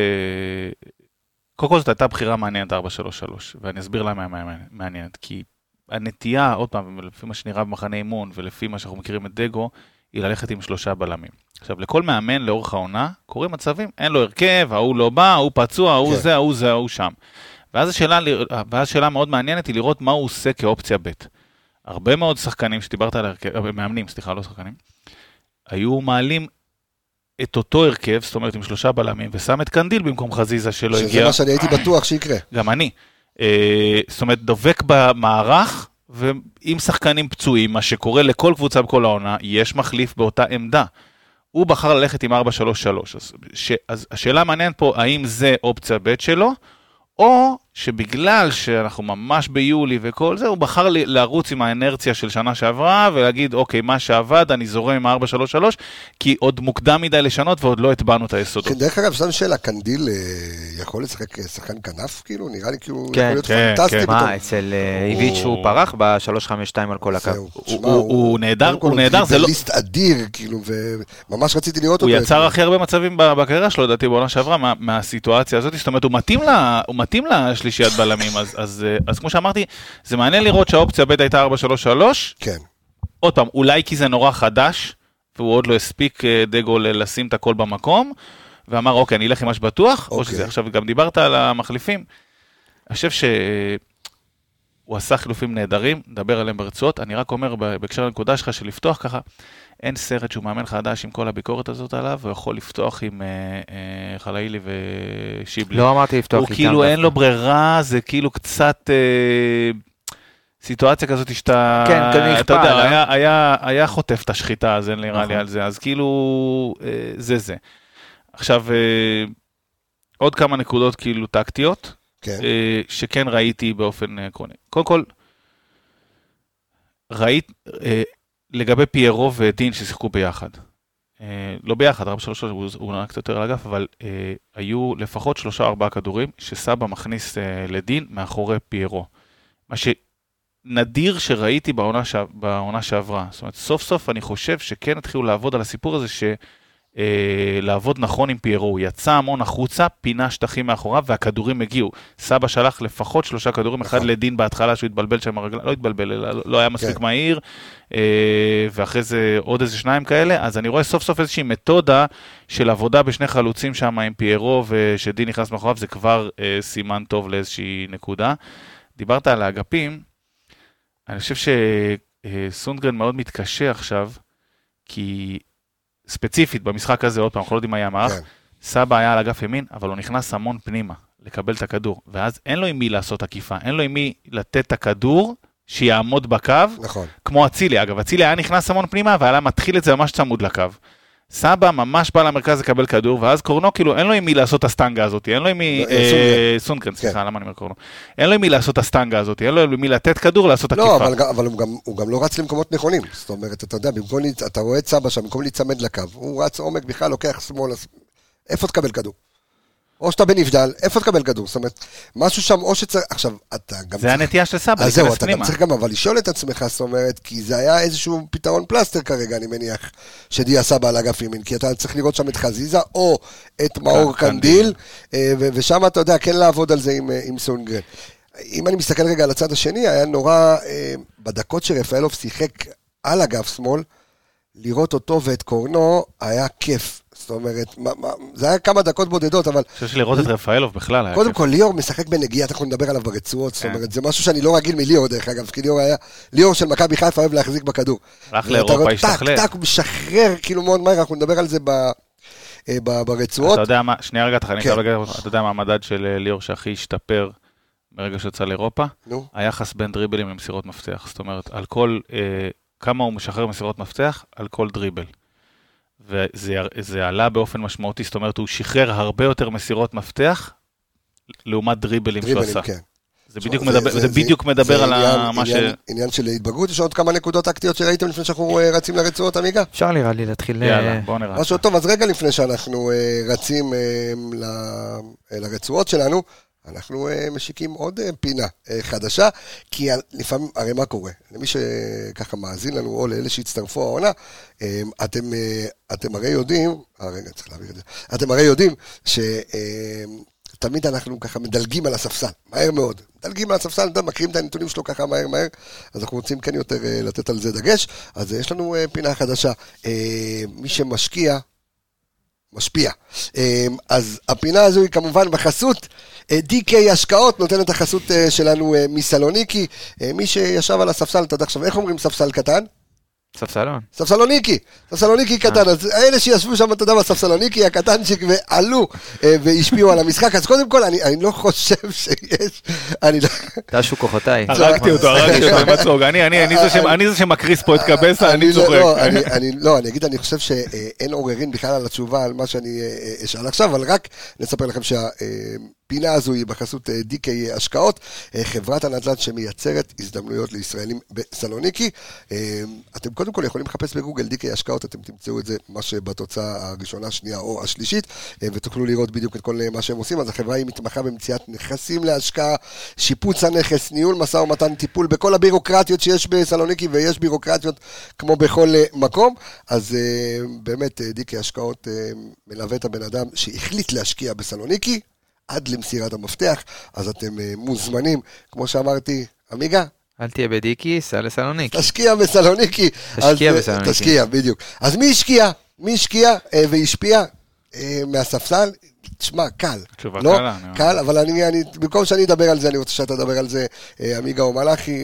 קודם כל זאת הייתה בחירה מעניינת 4-3-3, ואני אסביר למה היא מעניינת, כי הנטייה, עוד פעם, לפי מה שנראה במחנה אימון, ולפי מה שאנחנו מכירים את דגו, היא ללכת עם 3 בלמים. עכשיו, לכל מאמן לאורך העונה, קוראים מצבים, אין לו הרכב, ההוא לא בא, ההוא פצוע, ההוא זה, ההוא זה, ההוא שם. ואז השאלה מאוד מעניינת היא לראות מה הוא עושה כאופציה ב'. הרבה מאוד שחקנים שדיברת על הרכב, מאמנים, סליחה, לא שחקנים, היו מעלים את אותו הרכב, זאת אומרת עם 3 בלמים, ושם את קנדיל במקום חזיזה שלא הגיע. שזה מה שאני הייתי בטוח שיקרה. גם אני. זאת אומרת, דובק במערך, ועם שחקנים פצועים, מה שקורה לכל קבוצה בכל העונה, יש מחליף באותה עמדה. הוא בחר ללכת עם 4-3-3. אז השאלה מעניינת פה, האם זה אופציה ב' שלו, או שבגלל שאנחנו ממש ביולי וכל זה, הוא בחר לרוץ עם האנרציה של שנה שעברה, ולהגיד, אוקיי, מה שעבד, אני זורם עם 4-3-3, כי עוד מוקדם מדי לשנות, ועוד לא הטבענו את היסודות. דרך אגב, שם שאלה, קנדיל יכול לשחק שחקן כנף, כאילו? נראה לי כאילו יכול להיות פנטסטי. מה, אצל איביץ' הוא פרח ב-3-5-2 על כל הקו. הוא נהדר, זה לא... ליסט אדיר, כאילו, וממש רציתי לראות אותו. הוא יצר הכי הרבה מצבים בקריירה שלו, לדעתי, בעונה שעברה, מהסיטואציה הזאת, זאת אומרת, הוא מתאים לשלישיית בלמים, אז כמו שאמרתי, זה מעניין לראות שהאופציה ב' הייתה 4-3-3. כן. עוד פעם, אולי כי זה נורא חדש, והוא עוד לא הספיק דגו לשים את הכל במקום, ואמר, אוקיי, אני אלך עם משהו בטוח, או שזה, עכשיו גם דיברת על המחליפים, אני חושב שהוא עשה חילופים נהדרים, נדבר עליהם ברצועות, אני רק אומר, בהקשר לנקודה שלך, שלפתוח ככה, אין סרט שהוא מאמן חדש עם כל הביקורת הזאת עליו, הוא יכול לפתוח עם חלילי ושיבלי. לא אמרתי לפתוח איתם. הוא כאילו אין לו ברירה, זה כאילו קצת, סיטואציה כזאת שאתה, כן, אתה יודע, היה חוטף את השחיטה, אז אין נראה לי על זה, אז כאילו, זה. עכשיו, עוד כמה נקודות כאילו טקטיות, שכן ראיתי באופן עקרוני. קודם כל, ראית, לגבי פיירו ודין ששיחקו ביחד. לא ביחד, 4-3-3, הוא נראה קצת יותר על אגף, אבל היו לפחות 3-4 כדורים שסבא מכניס לדין מאחורי פיירו. מה שנדיר שראיתי בעונה שעברה. זאת אומרת, סוף סוף אני חושב שכן התחילו לעבוד על הסיפור הזה, לעבוד נכון עם פיירו. הוא יצא המון החוצה, פינה שטחים מאחוריו, והכדורים הגיעו. סבא שלח לפחות 3 כדורים, אחד לדין בהתחלה שהוא התבלבל שם הרגל, לא התבלבל, לא היה מספיק מהיר, ואחרי זה עוד איזה 2 כאלה, אז אני רואה סוף סוף איזושהי מתודה של עבודה בשני חלוצים שם עם פיירו, ושדין נכנס מאחוריו, זה כבר סימן טוב לאיזושהי נקודה. דיברת על האגפים, אני חושב שסונדגרן מאוד מתקשה עכשיו, כי ספציפית במשחק הזה, עוד פעם, אנחנו לא יודעים מה היה המערך, סבא היה על אגף ימין, אבל הוא נכנס המון פנימה לקבל את הכדור, ואז אין לו עם מי לעשות עקיפה, אין לו עם מי לתת את הכדור שיעמוד בקו, כמו אצילי, אגב, אצילי היה נכנס המון פנימה, והיה מתחיל את זה ממש צמוד לקו. סבא ממש בא למרכז לקבל כדור, ואז קורנו, כאילו, אין לו עם מי לעשות את הסטנגה הזאת, אין לו עם מי, סונגרן, סליחה, למה אני אומר קורנו? אין לו עם מי לעשות את הסטנגה הזאת, אין לו עם מי לתת כדור, לעשות עקיפה. לא, אבל הוא גם לא רץ למקומות נכונים, זאת אומרת, אתה יודע, אתה רואה את סבא שם, במקום להצמד לקו, הוא רץ עומק בכלל, לוקח שמאל, איפה תקבל כדור? או שאתה בנבדל, איפה תקבל כדור? זאת אומרת, משהו שם, או שצריך, עכשיו, אתה גם... זה הנטייה של סבא, אז זהו, אתה גם צריך גם אבל לשאול את עצמך, זאת אומרת, כי זה היה איזשהו פתרון פלסטר כרגע, אני מניח, שדיה סבא על אגף ימין, כי אתה צריך לראות שם את חזיזה, או את מאור קנדיל, ושם אתה יודע, כן לעבוד על זה עם סונגרן. אם אני מסתכל רגע על הצד השני, היה נורא, בדקות שרפאלוב שיחק על אגף שמאל, לראות אותו ואת קורנו היה כיף. זאת אומרת, זה היה כמה דקות בודדות, אבל... אני חושב שלראות את רפאלוב בכלל היה כיף. קודם כל, ליאור משחק בנגיעה, אנחנו נדבר עליו ברצועות, זאת אומרת, זה משהו שאני לא רגיל מליאור, דרך אגב, כי ליאור של מכבי חיפה אוהב להחזיק בכדור. הלך לאירופה, השתחרר. טק, הוא משחרר, כאילו מאוד מהר, אנחנו נדבר על זה ברצועות. אתה יודע מה, שנייה רגע, אתה יודע מה המדד של ליאור שהכי השתפר מרגע שיצא לאירופה? היחס בין דריבלים למסירות מפתח. זאת אומרת, על כל... כמה הוא משחרר מסירות מפתח על כל דריבל. וזה עלה באופן משמעותי, זאת אומרת, הוא שחרר הרבה יותר מסירות מפתח, לעומת דריבלים שהוא עשה. כן. זה בדיוק מדבר על מה ש... עניין של התבגרות, יש עוד כמה נקודות טקטיות שראיתם לפני שאנחנו רצים לרצועות, עמיגה? אפשר נראה לי להתחיל... יאללה, בוא נראה. משהו טוב, אז רגע לפני שאנחנו רצים לרצועות שלנו, אנחנו משיקים עוד פינה חדשה, כי לפעמים, הרי מה קורה? למי שככה מאזין לנו, או לאלה שהצטרפו העונה, אתם הרי יודעים, רגע, צריך להעביר את זה, אתם הרי יודעים שתמיד אנחנו ככה מדלגים על הספסל, מהר מאוד, מדלגים על הספסל, מכירים את הנתונים שלו ככה מהר, אז אנחנו רוצים כן יותר לתת על זה דגש, אז יש לנו פינה חדשה, מי שמשקיע, משפיע. אז הפינה הזו היא כמובן בחסות DK השקעות, נותנת החסות שלנו מסלוניקי. מי שישב על הספסל, אתה יודע עכשיו, איך אומרים ספסל קטן? ספסלון. ספסלוניקי קטן, אז אלה שישבו שם, אתה יודע, בספסלוניקי הקטנצ'יק ועלו והשפיעו על המשחק, אז קודם כל, אני לא חושב שיש, תשו כוחותיי. הרגתי אותו, מצוג, אני זה שמקריס פה את קבסה, אני צוחק. לא, אני אגיד, אני חושב שאין עוררין בכלל על התשובה על מה שאני אשאל עכשיו, אבל רק נספר לכם פינה הזו היא בחסות DK השקעות, חברת הנדל"ן שמייצרת הזדמנויות לישראלים בסלוניקי. אתם קודם כל יכולים לחפש בגוגל DK השקעות, אתם תמצאו את זה, מה שבתוצאה הראשונה, השנייה או השלישית, ותוכלו לראות בדיוק את כל מה שהם עושים. אז החברה היא מתמחה במציאת נכסים להשקעה, שיפוץ הנכס, ניהול משא ומתן, טיפול בכל הבירוקרטיות שיש בסלוניקי, ויש בירוקרטיות כמו בכל מקום. אז באמת DK השקעות מלווה את הבן אדם שהחליט להשקיע בסלוניקי, עד למסירת המפתח, אז אתם מוזמנים, כמו שאמרתי, עמיגה? אל תהיה בדיקי, סע לסלוניקי. תשקיע בסלוניקי. תשקיע בסלוניקי. תשקיע, בדיוק. אז מי השקיע והשפיע מהספסל? תשמע, קל. תשובה לא? קלה. קל, אבל במקום שאני אדבר על זה, אני רוצה שאתה תדבר על זה, עמיגה או מלאכי.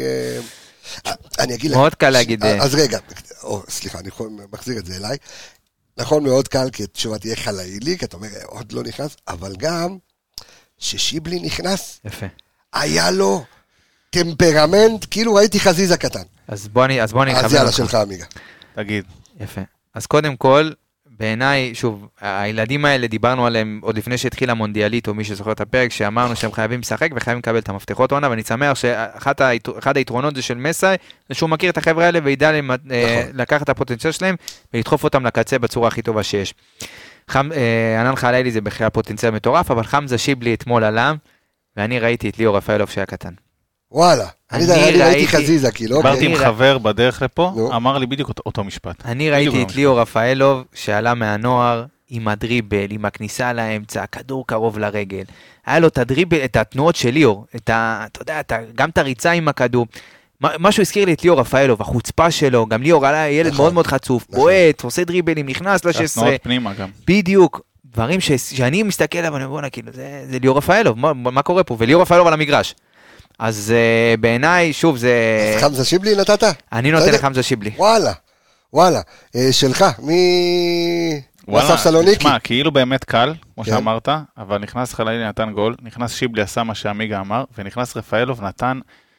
אני אגיד לך. מאוד קל להגיד. אז רגע, סליחה, אני מחזיר את זה אליי. נכון, מאוד קל, כי התשובה תהיה חלאילי, כי אתה אומר, עוד לא נכנס, אבל גם ששיבלי נכנס, יפה. היה לו טמפרמנט, כאילו ראיתי חזיזה קטן. אז בוא אני אכוון אז יאללה שלך, עמיגה. תגיד. יפה. אז קודם כל, בעיניי, שוב, הילדים האלה דיברנו עליהם עוד לפני שהתחיל המונדיאלית, או מי שזוכר את הפרק, שאמרנו שהם חייבים לשחק וחייבים לקבל את המפתחות עונה, ואני שמח שאחד היתרונות זה של מסאי, זה שהוא מכיר את החבר'ה האלה וידע לקחת את הפוטנציאל שלהם ולדחוף אותם לקצה בצורה הכי טובה שיש. ענן חלילי זה בכלל פוטנציאל מטורף, אבל חמזה שיבלי אתמול עלה, ואני ראיתי את ליאור רפאלוב שהיה קטן. וואלה, אני ראיתי חזיזה, כאילו. דיברתי עם חבר בדרך לפה, אמר לי בדיוק אותו משפט. אני ראיתי את ליאור רפאלוב שעלה מהנוער עם הדריבל, עם הכניסה לאמצע, הכדור קרוב לרגל. היה לו את הדריבל, את התנועות של ליאור, אתה יודע, גם את הריצה עם הכדור. משהו הזכיר לי את ליאור רפאלוב, החוצפה שלו, גם ליאור עלה ילד מאוד מאוד חצוף, בועט, עושה דריבלים, נכנס ל-16. התנועות פנימה גם. בדיוק. דברים שאני מסתכל עליו, אני אומר, כאילו, זה ליאור רפאלוב, מה קורה פה? וליאור רפאלוב על המגרש. אז בעיניי, שוב, זה... אז חמזה שיבלי נתת? אני נותן לחמזה שיבלי. וואלה. שלך, וואלה, סלוניקי. תשמע, כאילו באמת קל, כמו שאמרת, אבל נכנס חלילי נתן גול, נכנס שיבלי עשה מה שעמיגה אמר, ונכנס רפאלוב נתן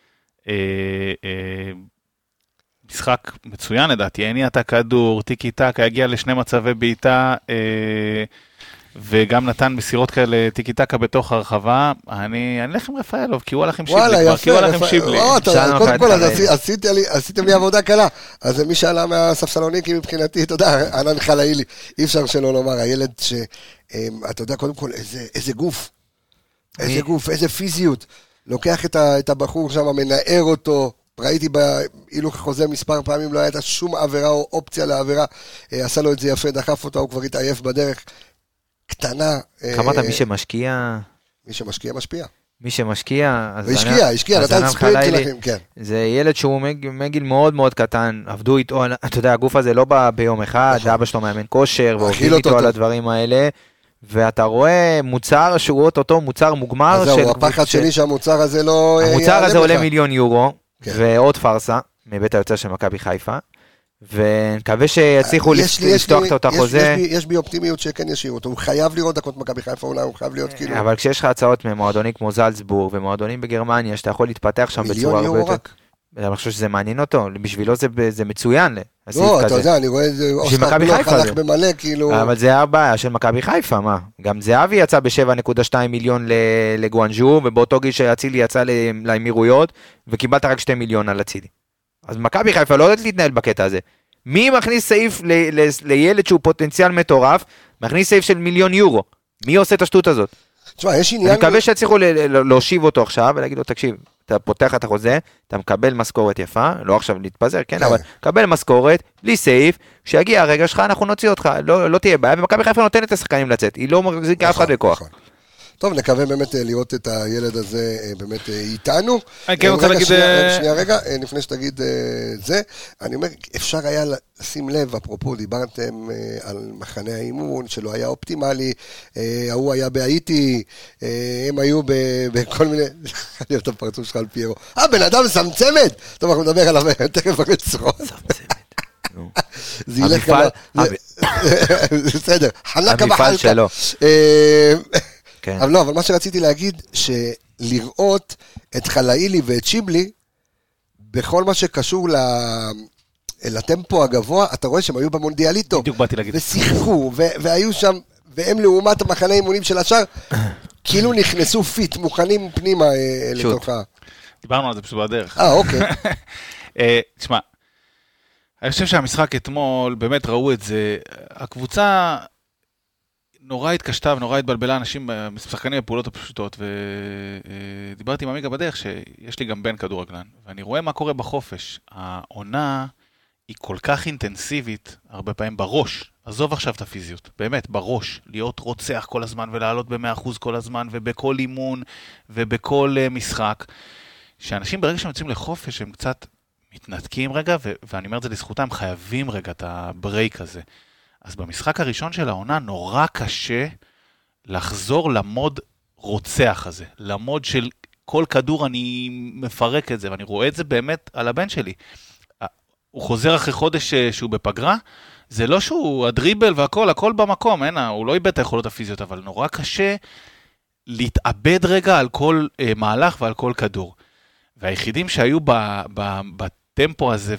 משחק מצוין לדעתי, הניע את הכדור, טיקי טק, הגיע לשני מצבי בעיטה, וגם נתן מסירות כאלה טיקי טקה בתוך הרחבה. אני אלך עם רפאלוב, כי הוא הלך עם שיבלי כבר, כי הוא הלך עם שיבלי. קודם כל, עשיתם לי עבודה קלה. אז מי שעלה מהספסלוניקי מבחינתי, אתה יודע, ענן חלילי, אי אפשר שלא לומר, הילד אתה יודע, קודם כל, איזה גוף, איזה פיזיות, לוקח את הבחור שם, מנער אותו, ראיתי באילו חוזה מספר פעמים, לא הייתה שום עבירה או אופציה לעבירה, עשה לו את זה יפה, דחף אותה, הוא כבר התעייף בדרך, קטנה. כמרת מי שמשקיע? מי שמשקיע, משפיע. מי שמשקיע, אז השקיע, נתן ספרינט שלכם, כן. זה ילד שהוא מגיל מאוד מאוד קטן, עבדו איתו, אתה יודע, הגוף הזה לא בא ביום אחד, אבא שלו מאמן כושר, ועובדים איתו על הדברים האלה, ואתה רואה מוצר שהוא אותו מוצר מוגמר. אז זהו, הפחד שלי שהמוצר הזה לא... המוצר הזה עולה 1,000,000 יורו, ועוד פרסה, מבית היוצר של מכבי חיפה, ונקווה שיצליחו לפתוח את אותה חוזה. יש בי אופטימיות שכן ישאירו אותו, הוא חייב לראות דקות מכבי חיפה, אולי הוא חייב להיות כאילו... אבל כשיש לך הצעות ממועדונים כמו זלצבורג, ומועדונים בגרמניה, שאתה יכול להתפתח שם בצורה הרבה יותר... אני חושב שזה מעניין אותו, בשבילו זה מצוין. לא, אתה יודע, אני רואה את זה, אוסטר בלוך הלך במלא, כאילו... אבל זה הבעיה של מכבי חיפה, מה? גם זהבי יצא ב7.2 מיליון לגואנג'ו, ובאותו גיל שאצילי יצא לאמירויות, וקיבלת רק 2 מיליון על אצילי. אז מכבי חיפה לא יודעת להתנהל בקטע הזה. מי מכניס סעיף לילד שהוא פוטנציאל מטורף, מכניס סעיף של 1,000,000 יורו? מי עושה את השטות הזאת? תשמע, יש עניין... אני מקווה שיצליחו להושיב אותו עכשיו, ולהגיד לו, תקשיב, אתה פותח את החוזה, אתה מקבל משכורת יפה, לא עכשיו להתפזר, כן, אבל קבל משכורת, בלי סעיף, כשיגיע הרגע שלך, אנחנו נוציא אותך, לא תהיה בעיה, ומכבי חיפה נותנת לשחקנים לצאת, היא לא מחזיקה אף אחד בכוח. טוב, נקווה באמת לראות את הילד הזה באמת איתנו. אני כן רוצה להגיד... שנייה רגע, לפני שתגיד זה, אני אומר, אפשר היה לשים לב, אפרופו, דיברתם על מחנה האימון, שלא היה אופטימלי, ההוא היה בהאיטי, הם היו בכל מיני... אני אוהב את הפרצוף שלך על פיירו. בן אדם סמצמת! טוב, אנחנו נדבר עליו, תכף בצרות. סמצמת. זה ילך כמה... בסדר, חלקה בחלקה. אבל לא, אבל מה שרציתי להגיד, שלראות את חלילי ואת שיבלי, בכל מה שקשור לטמפו הגבוה, אתה רואה שהם היו במונדיאליטו. בדיוק באתי להגיד. ושיחקו, והיו שם, והם לעומת המחנה האימונים של השאר, כאילו נכנסו פיט, מוכנים פנימה לתוכה. דיברנו על זה פשוט בדרך. אוקיי. תשמע, אני חושב שהמשחק אתמול, באמת ראו את זה, הקבוצה... נורא התקשתה ונורא התבלבלה אנשים, שחקנים בפעולות הפשוטות, ודיברתי עם עמיגה בדרך שיש לי גם בן כדורגלן, ואני רואה מה קורה בחופש. העונה היא כל כך אינטנסיבית, הרבה פעמים בראש, עזוב עכשיו את הפיזיות, באמת, בראש, להיות רוצח כל הזמן ולעלות ב100% כל הזמן, ובכל אימון ובכל משחק, שאנשים ברגע שהם יוצאים לחופש, הם קצת מתנתקים רגע, ואני אומר את זה לזכותם, חייבים רגע את הברייק הזה. אז במשחק הראשון של העונה נורא קשה לחזור למוד רוצח הזה, למוד של כל כדור אני מפרק את זה, ואני רואה את זה באמת על הבן שלי. הוא חוזר אחרי חודש שהוא בפגרה, זה לא שהוא הדריבל והכל, הכל במקום, הוא לא איבד את היכולות הפיזיות, אבל נורא קשה להתאבד רגע על כל מהלך ועל כל כדור. והיחידים שהיו בטמפו הזה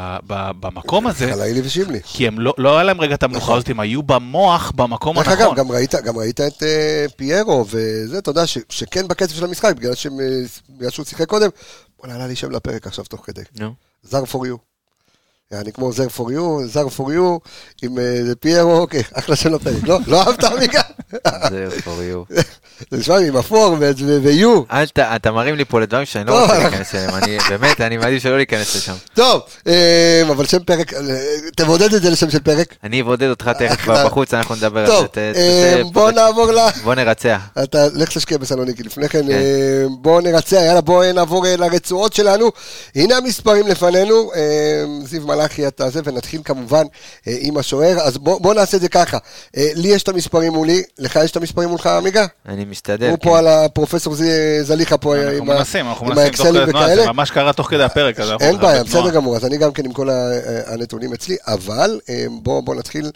ובמקום הזה, חלאילי ושיבלי. כי הם לא היה להם רגע את המנוחה הזאת, הם היו במוח במקום הנכון. אגב, גם ראית את פיירו, וזה, אתה יודע, שכן בקצב של המשחק, בגלל שהוא שיחק קודם, בוא נעלה לי שם לפרק עכשיו תוך כדי. זר פור יו. אני כמו זר פור יו, עם פיירו, אוקיי, אחלה שם לפרק. לא אהבת עמיגה? זר פור יו. זה נשמע לי עם אפור ויו. אתה מרים לי פה לדברים שאני לא רוצה להיכנס אליהם, באמת, אני מעדיף שלא להיכנס לשם. טוב, אבל שם פרק, תבודד את זה לשם של פרק. אני אבודד אותך תכף בחוץ, אנחנו נדבר על זה. טוב, בוא נעבור בוא נרצח. אתה לך תשקיע בסלוניקי לפני כן, בוא נרצח, יאללה בוא נעבור לרצועות שלנו. הנה המספרים לפנינו, זיו מלאכי אתה זה, ונתחיל כמובן עם השוער, אז בוא נעשה את זה ככה. לי יש את המספרים מולי, לך יש את המספרים מולך עמיגה? אני מסתדר. הוא פה על הפרופסור זליחה פה עם האקסלים וכאלה. זה ממש קרה תוך כדי הפרק. אין בעיה, בסדר גמור, אז אני גם כן עם כל הנתונים אצלי, אבל בוא נתחיל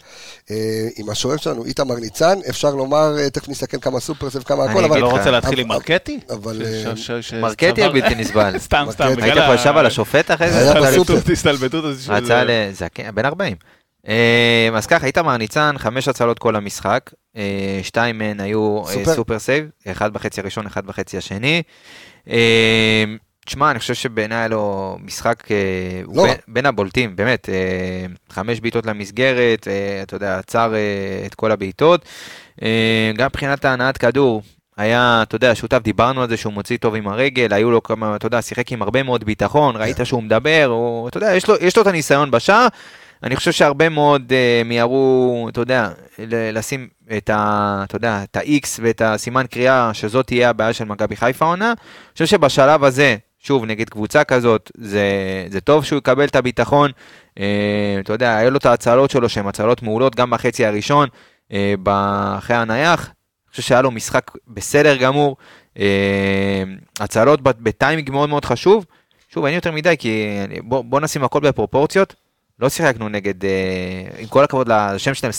עם השוער שלנו, איתמר ניצן, אפשר לומר, תכף נסתכל כמה סופר סייב, כמה הכל, אבל... אני לא רוצה להתחיל עם מרקטי? מרקטי הוא בלתי נסבל. סתם. היית פה ישב על השופט אחרי זה? הסתלבטות. רצה בן 40. אז ככה, איתמר ניצן, 5 הצלות כל המשחק, 2 מהן היו סופר סייב, 1 בחצי הראשון, 1 בחצי השני. תשמע, אני חושב שבעיניי היה לו משחק בין הבולטים, באמת, 5 בעיטות למסגרת, אתה יודע, עצר את כל הבעיטות, גם מבחינת ההנעת כדור, היה, אתה יודע, שותף, דיברנו על זה שהוא מוציא טוב עם הרגל, היו לו כמה, אתה יודע, שיחק עם הרבה מאוד ביטחון, ראית שהוא מדבר, אתה יודע, יש לו את הניסיון בשעה, אני חושב שהרבה מאוד מיהרו, אתה יודע, לשים את ה-X ואת הסימן קריאה, שזאת תהיה הבעיה של מכבי חיפה עונה. אני חושב שבשלב הזה, שוב, נגד קבוצה כזאת, זה טוב שהוא יקבל את הביטחון. אתה יודע, היה לו את ההצלות שלו, שהן הצלות מעולות, גם בחצי הראשון, אחרי הנייח. אני חושב שהיה לו משחק בסדר גמור. הצלות בטיימינג מאוד מאוד חשוב. שוב, אין יותר מדי, כי בוא נשים הכל בפרופורציות. לא שיחקנו נגד, עם כל הכבוד לשם שלהם,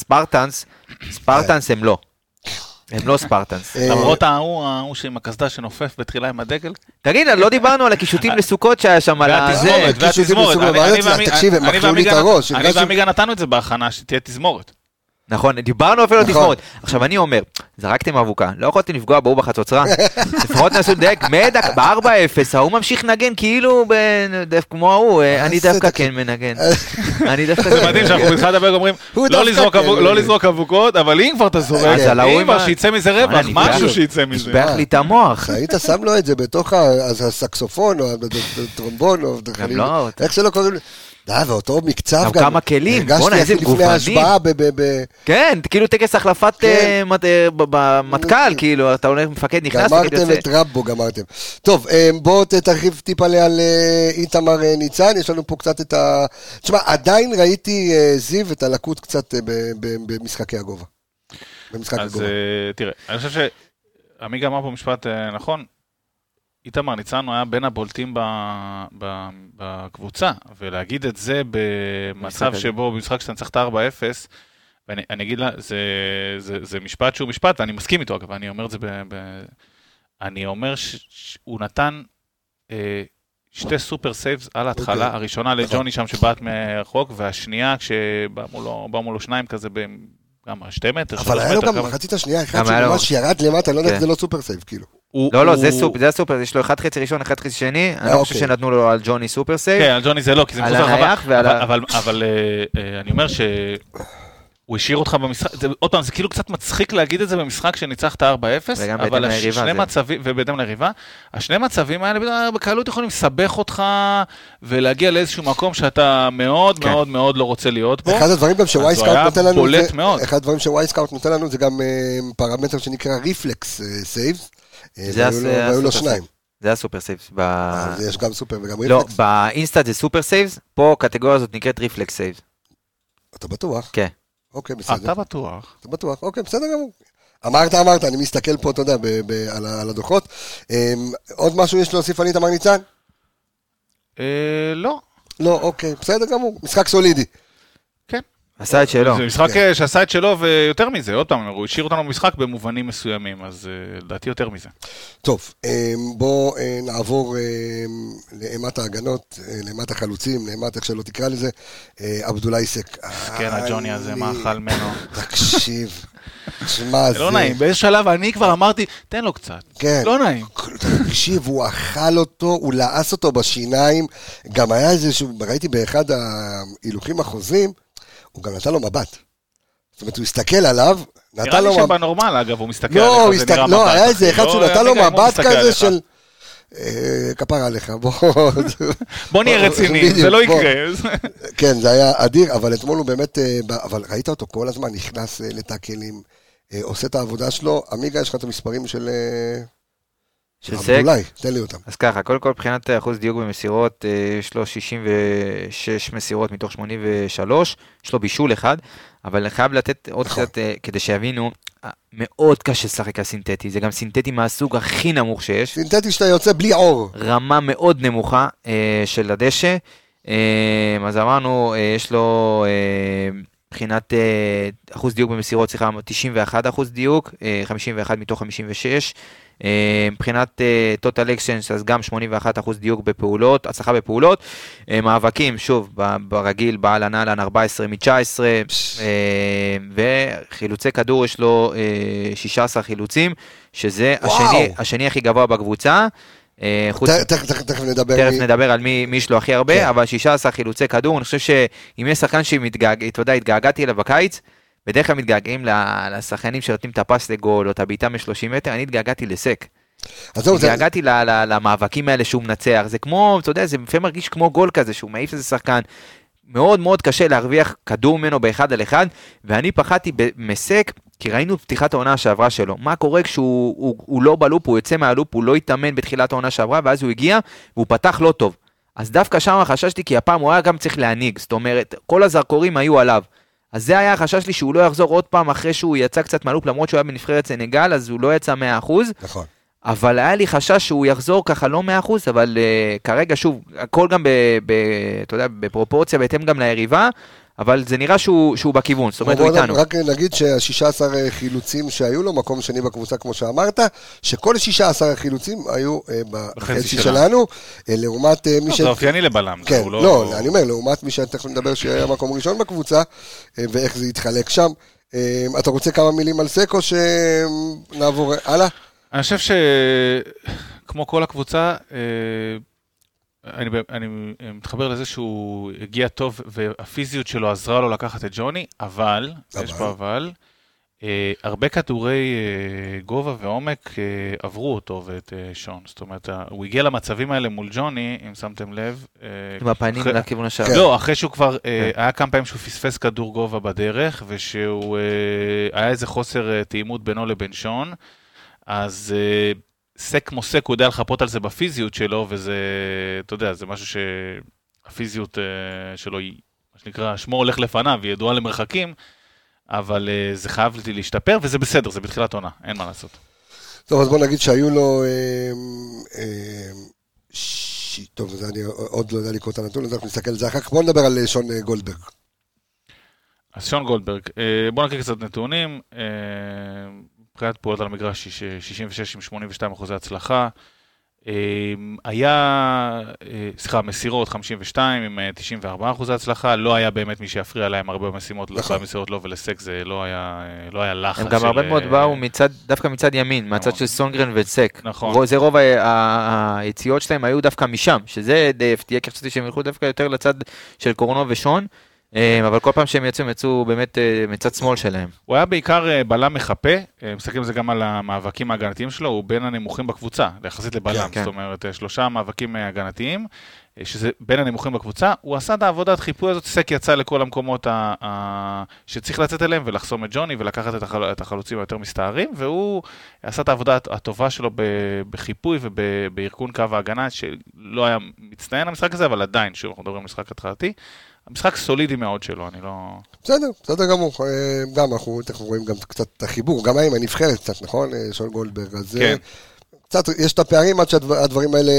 ספרטנס הם לא. הם לא ספרטנס. למרות ההוא שעם הקסדה שנופף בתחילה עם הדגל. תגיד, לא דיברנו על הקישוטים לסוכות שהיה שם על הזה. והתזמורת. תקשיב, הם מחלו לי את הראש. אני ועמיגה נתנו את זה בהכנה, שתהיה תזמורת. נכון, דיברנו אפילו תזמורת. עכשיו אני אומר, זרקתם אבוקה, לא יכולתם לפגוע בו בחצוצרה. לפחות נעשו דק, ב-4-0, הוא ממשיך נגן כאילו כמו ההוא, אני דווקא כן מנגן. זה מדהים שאנחנו בתחילת הפרק אומרים, לא לזרוק אבוקות, אבל אם כבר אתה זורק, אם כבר שיצא מזה רווח, משהו שיצא מזה. שפך לי את המוח. היית שם לו את זה בתוך הסקסופון, או הטרומבון, או איך שלא קוראים לי. ואותו מקצב גם כמה כלים, בוא איזה לפני ההשבעה כן, כאילו טקס החלפת במטכ"ל, כאילו, אתה הולך מפקד נכנס גמרתם את רבו, גמרתם. טוב, בואו תרחיב טיפה על איתמר ניצן, יש לנו פה קצת את ה... תשמע, עדיין ראיתי זיו את הלקות קצת במשחקי הגובה. אז תראה, אני חושב שעמיגה אמר פה משפט נכון, איתמר ניצן היה בין הבולטים בקבוצה, ולהגיד את זה במצב שבו במשחק שאתה נצח את 4-0, ואני אגיד לה, זה משפט שהוא משפט, ואני מסכים איתו אגב, אני אומר את זה אני אומר שהוא נתן 2 סופר סייבס על ההתחלה, הראשונה לג'וני שם שבאת מרחוק, והשנייה כשבא מולו 2 כזה גם 2 מטר, אבל היה לו גם מחצית השנייה, אחד שממש ירד למטה, אני לא יודע איך זה לא סופר סייב, כאילו. לא, זה הסופר, יש לו 1 חצי ראשון, 1 חצי שני, אני לא חושב שנתנו לו על ג'וני סופר סייב. כן, על ג'וני זה לא, כי זה מחוץ לרחבה, אבל אני אומר שהוא השאיר אותך במשחק, עוד פעם, זה כאילו קצת מצחיק להגיד את זה במשחק שניצחת 4-0, אבל ובהתאם ליריבה, השני מצבים האלה בקלות יכולים לסבך אותך, ולהגיע לאיזשהו מקום שאתה מאוד מאוד מאוד לא רוצה להיות בו. אחד הדברים גם שווייסקאוט נותן לנו, זה גם פרמטר שנקרא ריפלקס סייבס, והיו לו 2. זה הסופר סייבס. יש גם סופר וגם ריפלקס? לא, באינסטאט זה סופר סייבס, פה הקטגוריה הזאת נקראת ריפלקס סייבס. אתה בטוח? כן. אוקיי, בסדר. אתה בטוח. אתה בטוח, אוקיי, בסדר גמור. אמרת, אני מסתכל פה, אתה יודע, על הדוחות. עוד משהו יש להוסיף על איתמר ניצן? לא. לא, אוקיי, בסדר גמור. משחק סולידי. כן. עשה את שלו. זה משחק שעשה את שלו ויותר מזה, עוד פעם, הוא השאיר אותנו במשחק במובנים מסוימים, אז לדעתי יותר מזה. טוב, בואו נעבור לאימת ההגנות, לאימת החלוצים, לאימת איך שלא תקרא לזה, עבדולאי סק. כן, הג'וני הזה, מה אכל ממנו? תקשיב, שמע, זה לא נעים, באיזה שלב אני כבר אמרתי, תן לו קצת, לא נעים. תקשיב, הוא אכל אותו, הוא לעס אותו בשיניים, גם היה איזה, ראיתי באחד ההילוכים החוזרים, הוא גם נתן לו מבט. זאת אומרת, הוא הסתכל עליו, נראה לי שבנורמל, אגב, הוא מסתכל עליך, זה נראה מבט. לא, היה איזה אחד שהוא נתן לו מבט כזה של... כפר עליך, בוא נהיה רציני, זה לא יקרה. כן, זה היה אדיר, אבל אתמול הוא באמת, אבל ראית אותו כל הזמן, נכנס לטאקלים, עושה את העבודה שלו. עמיגה, יש לך את המספרים של עבדולאי, תן לי אותם. אז ככה, קודם כל, מבחינת אחוז דיוק במסירות, יש לו 66 מסירות מתוך 83, יש לו בישול אחד, אבל אני חייב לתת עוד קצת, כדי שיבינו, מאוד קשה לשחק הסינתטי, זה גם סינתטי מהסוג הכי נמוך שיש. סינתטי שאתה יוצא בלי עור. רמה מאוד נמוכה של הדשא, אז אמרנו, יש לו מבחינת אחוז דיוק במסירות, 91% דיוק, 51 מתוך 56, מבחינת total actions, אז גם 81% דיוק בפעולות, הצלחה בפעולות, מאבקים, שוב, ברגיל, בעל הנעלן 14 מ-19, וחילוצי כדור יש לו 16 חילוצים, שזה השני הכי גבוה בקבוצה, תכף נדבר על מי יש לו הכי הרבה, אבל 16 חילוצי כדור, אני חושב שאם יש שחקן שהתגעגעתי אליו בקיץ, בדרך כלל מתגעגעים לשחקנים שנותנים את הפס לגול, או את הביתה מ-30 מטר, אני התגעגעתי לסק. התגעגעתי למאבקים האלה שהוא מנצח, זה כמו, אתה יודע, זה לפעמים מרגיש כמו גול כזה, שהוא מעיף איזה שחקן, מאוד מאוד קשה להרוויח כדור ממנו באחד על אחד, ואני פחדתי מסק, כי ראינו פתיחת העונה שעברה שלו, מה קורה כשהוא לא בלופ, הוא יוצא מהלופ, הוא לא יתאמן בתחילת העונה שעברה, ואז הוא הגיע, והוא פתח לא טוב. אז דווקא שם חששתי, כי הפעם הוא היה גם צריך להניג, זאת אומרת, כל הזרקורים היו עליו. אז זה היה החשש לי שהוא לא יחזור עוד פעם אחרי שהוא יצא קצת מהלופ, למרות שהוא היה בנבחרת סנגל, אז הוא לא יצא 100%. נכון. אבל היה לי חשש שהוא יחזור ככה לא 100%, אבל כרגע שוב, הכל גם אתה יודע, בפרופורציה, בהתאם גם ליריבה, אבל זה נראה שהוא בכיוון, זאת אומרת הוא איתנו. רק נגיד שה-16 חילוצים שהיו לו, מקום שני בקבוצה כמו שאמרת, שכל 16 חילוצים היו בחצי שלנו, לעומת מי זה אופייני לבלם. כן, לא, אני אומר, לעומת מי שתכף נדבר שהיה מקום ראשון בקבוצה, ואיך זה יתחלק שם. אתה רוצה כמה מילים על סק, או שנעבור הלאה? אני חושב שכמו כל הקבוצה, אני מתחבר לזה שהוא הגיע טוב, והפיזיות שלו עזרה לו לקחת את ג'וני, אבל, יש פה אבל, הרבה כדורי גובה ועומק עברו אותו ואת שון. זאת אומרת, הוא הגיע למצבים האלה מול ג'וני, אם שמתם לב. עם הפנים לכיוון השאר. לא, אחרי שהוא כבר, היה כמה פעמים שהוא פספס כדור גובה בדרך, ושהוא היה איזה חוסר תאימות בינו לבין שון, אז סק כמו סק, הוא יודע לחפות על זה בפיזיות שלו, וזה, אתה יודע, זה משהו שהפיזיות שלו היא, מה שנקרא, שמו הולך לפניו, היא ידועה למרחקים, אבל זה חייב להשתפר, וזה בסדר, זה בתחילת עונה, אין מה לעשות. טוב, אז בוא נגיד שהיו לו, טוב, אני עוד לא יודע לקרוא את הנתון, אז אנחנו נסתכל על זה אחר כך, בוא נדבר על שון גולדברג. אז שון גולדברג, בוא נקריא קצת נתונים, מבחינת פעולות על המגרש 66 עם 82% הצלחה, היה, מסירות 52 עם 94% הצלחה, לא היה באמת מי שיפריע להם הרבה במשימות, במסירות לא ולסק זה לא היה לחץ. הם גם הרבה מאוד באו דווקא מצד ימין, מהצד של סונגרן וסק. נכון. זה רוב היציאות שלהם היו דווקא משם, שזה די הפתיע, כי חשבתי שהם ילכו דווקא יותר לצד של קורונו ושון, אבל כל פעם שהם יצאו באמת מצד שמאל שלהם. הוא היה בעיקר בלם מחפה, מסתכלים זה גם על המאבקים ההגנתיים שלו, הוא בין הנמוכים בקבוצה, יחסית לבלם, זאת אומרת 3 מאבקים הגנתיים, שזה בין הנמוכים בקבוצה, הוא עשה את העבודת חיפוי הזאת, סק יצא לכל המקומות שצריך לצאת אליהם ולחסום את ג'וני ולקחת את החלוצים היותר מסתערים, והוא עשה את העבודה הטובה שלו בחיפוי ובארגון קו ההגנה, שלא היה מצטיין המשחק הזה, אבל עדיין, שוב, אנחנו מדברים על משחק התחלתי, המשחק סולידי מאוד שלו, אני לא... בסדר גמור, גם אנחנו רואים גם קצת את החיבור, גם עם הנבחרת קצת, נכון? שון גולדברג, אז כן. קצת יש את הפערים עד שהדברים האלה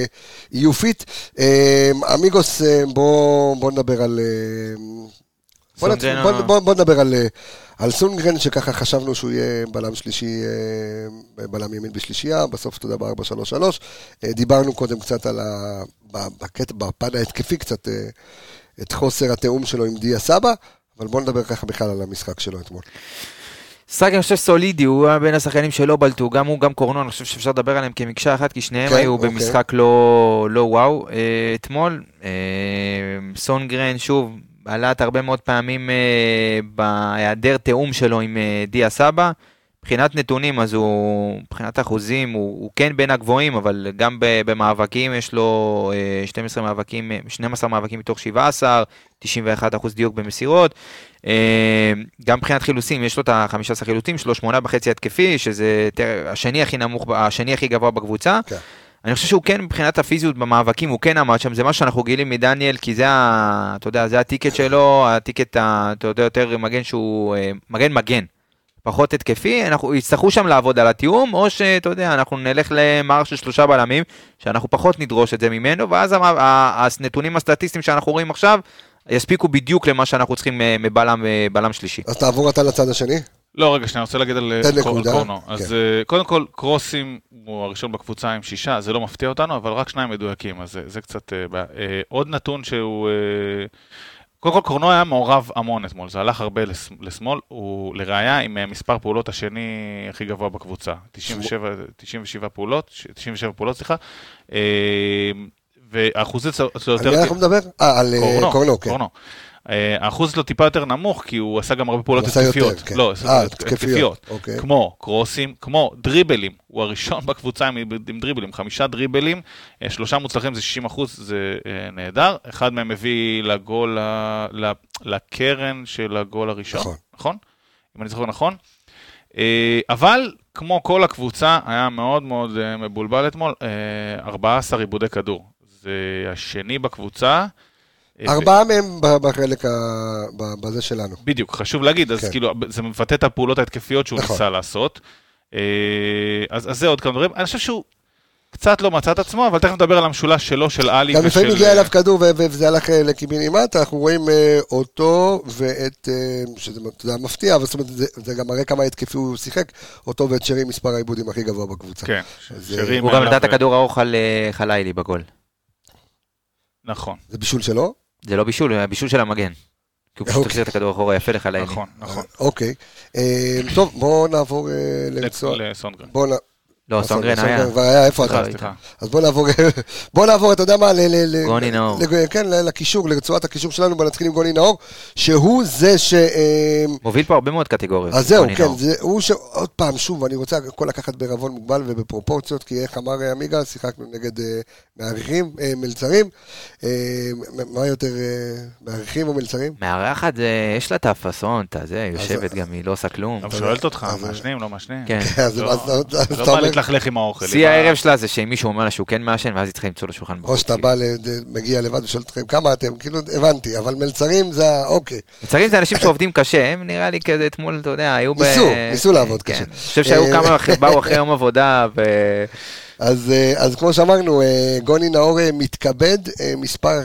יהיו פיט. אמיגוס, בוא נדבר על בוא נדבר על סונגרן, שככה חשבנו שהוא יהיה בלם שלישי, בלם ימין בשלישייה, בסוף אתה יודע ב-4-3-3. דיברנו קודם קצת על בפן ההתקפי קצת, את חוסר התאום שלו עם דיה סבא, אבל בוא נדבר ככה בכלל על המשחק שלו אתמול. שחק, אני חושב סולידי, הוא היה בין השחקנים שלא בלטו, גם הוא, גם קורנו, אני חושב שאפשר לדבר עליהם כמקשה אחת, כי שניהם היו במשחק לא וואו. אתמול, סונגרן, שוב, עלת הרבה מאוד פעמים בהיעדר תאום שלו עם דיה סבא, מבחינת נתונים, אז הוא, מבחינת אחוזים, הוא כן בין הגבוהים, אבל גם במאבקים יש לו 12 מאבקים מתוך 17, 91% דיוק במסירות, גם מבחינת חילוסים, יש לו את ה-15 חילוצים שלו, 8.5 התקפי, שזה השני הכי נמוך, השני הכי גבוה בקבוצה. כן. אני חושב שהוא כן, מבחינת הפיזיות במאבקים, הוא כן עמד שם, זה מה שאנחנו גילים מדניאל, כי זה, אתה יודע, זה הטיקט שלו, הטיקט, אתה יודע, יותר מגן שהוא, מגן. פחות התקפי, אנחנו יצטרכו שם לעבוד על התיאום, או שאתה יודע, אנחנו נלך למערך של 3 בלמים, שאנחנו פחות נדרוש את זה ממנו, ואז הנתונים הסטטיסטיים שאנחנו רואים עכשיו, יספיקו בדיוק למה שאנחנו צריכים מבלם שלישי. אז תעבור אתה לצד השני? לא, רגע, אני רוצה להגיד על קורנו. אז קודם כל, קרוסים הוא הראשון בקבוצה עם 6, זה לא מפתיע אותנו, אבל רק 2 מדויקים, אז זה קצת... עוד נתון שהוא... קודם כל, קורנו היה מעורב המון אתמול, זה הלך הרבה לשמאל, הוא לראיה עם מספר פעולות השני הכי גבוה בקבוצה, 97 פעולות, סליחה, והאחוז זה יותר... על מי אנחנו מדבר? על קורנו, כן. האחוז לא טיפה יותר נמוך, כי הוא עשה גם הרבה פעולות התקפיות. לא, התקפיות. כמו קרוסים, כמו דריבלים. הוא הראשון בקבוצה עם דריבלים, 5 דריבלים, 3 מוצלחים זה 60%, זה נהדר. אחד מהם מביא לגול, לקרן של הגול הראשון. נכון? אם אני זוכר נכון. אבל, כמו כל הקבוצה, היה מאוד מאוד מבולבל אתמול, 14 עיבודי כדור. זה השני בקבוצה, 4 מהם בחלק בזה שלנו. בדיוק, חשוב להגיד, אז כאילו, זה מבטא את הפעולות ההתקפיות שהוא ניסה לעשות. אז זה עוד כמה דברים. אני חושב שהוא קצת לא מצא את עצמו, אבל תכף נדבר על המשולש שלו, של אלי. גם לפעמים הגיע אליו כדור, וזה הלך לקיבינימט, אנחנו רואים אותו ואת, שזה מפתיע, אבל זאת אומרת, זה גם מראה כמה התקפי הוא שיחק, אותו ואת שרי מספר העיבודים הכי גבוה בקבוצה. כן, הוא גם נתן את הכדור הארוך על חלילי בגול. נכון. זה בישול שלו? זה לא בישול, זה בישול של המגן. כי הוא פשוט תחזיר את הכדור אחורה, יפה לך לילי. נכון. אוקיי. טוב, בואו נעבור לסונגרן. לא, סונגרן היה. איפה אתה? אז בואו נעבור, אתה יודע מה? גוני נאור. כן, לקישור, לרצועת הקישור שלנו, בוא נתחיל עם גוני נאור, שהוא זה ש... מוביל פה הרבה מאוד קטגוריות. אז זהו, כן, הוא שעוד פעם, שוב, אני רוצה הכל לקחת בערבון מוגבל ובפרופורציות, כי איך אמר עמיגה, שיחקנו נגד מעריכים, מלצרים. מה יותר, מעריכים או מלצרים? מערכת, יש לה את הפסון, זה, יושבת גם, היא לא עושה כלום. אבל שואלת אותך, מעשנים, לא מעשנים? כן. לא בא להתלכלך עם האוכל. שיא הערב שלה זה שאם מישהו אומר לה שהוא כן מעשן, ואז היא צריכה למצוא לשולחן בחוץ. או שאתה בא, מגיע לבד ושואל אתכם כמה אתם, כאילו הבנתי, אבל מלצרים זה אוקיי. מלצרים זה אנשים שעובדים קשה, הם נראה לי כזה אתמול, אתה יודע, היו ניסו לעבוד קשה. אני חושב שהיו כמה באו אחרי יום עבודה אז כמו שאמרנו, גוני נאור מתכבד מספר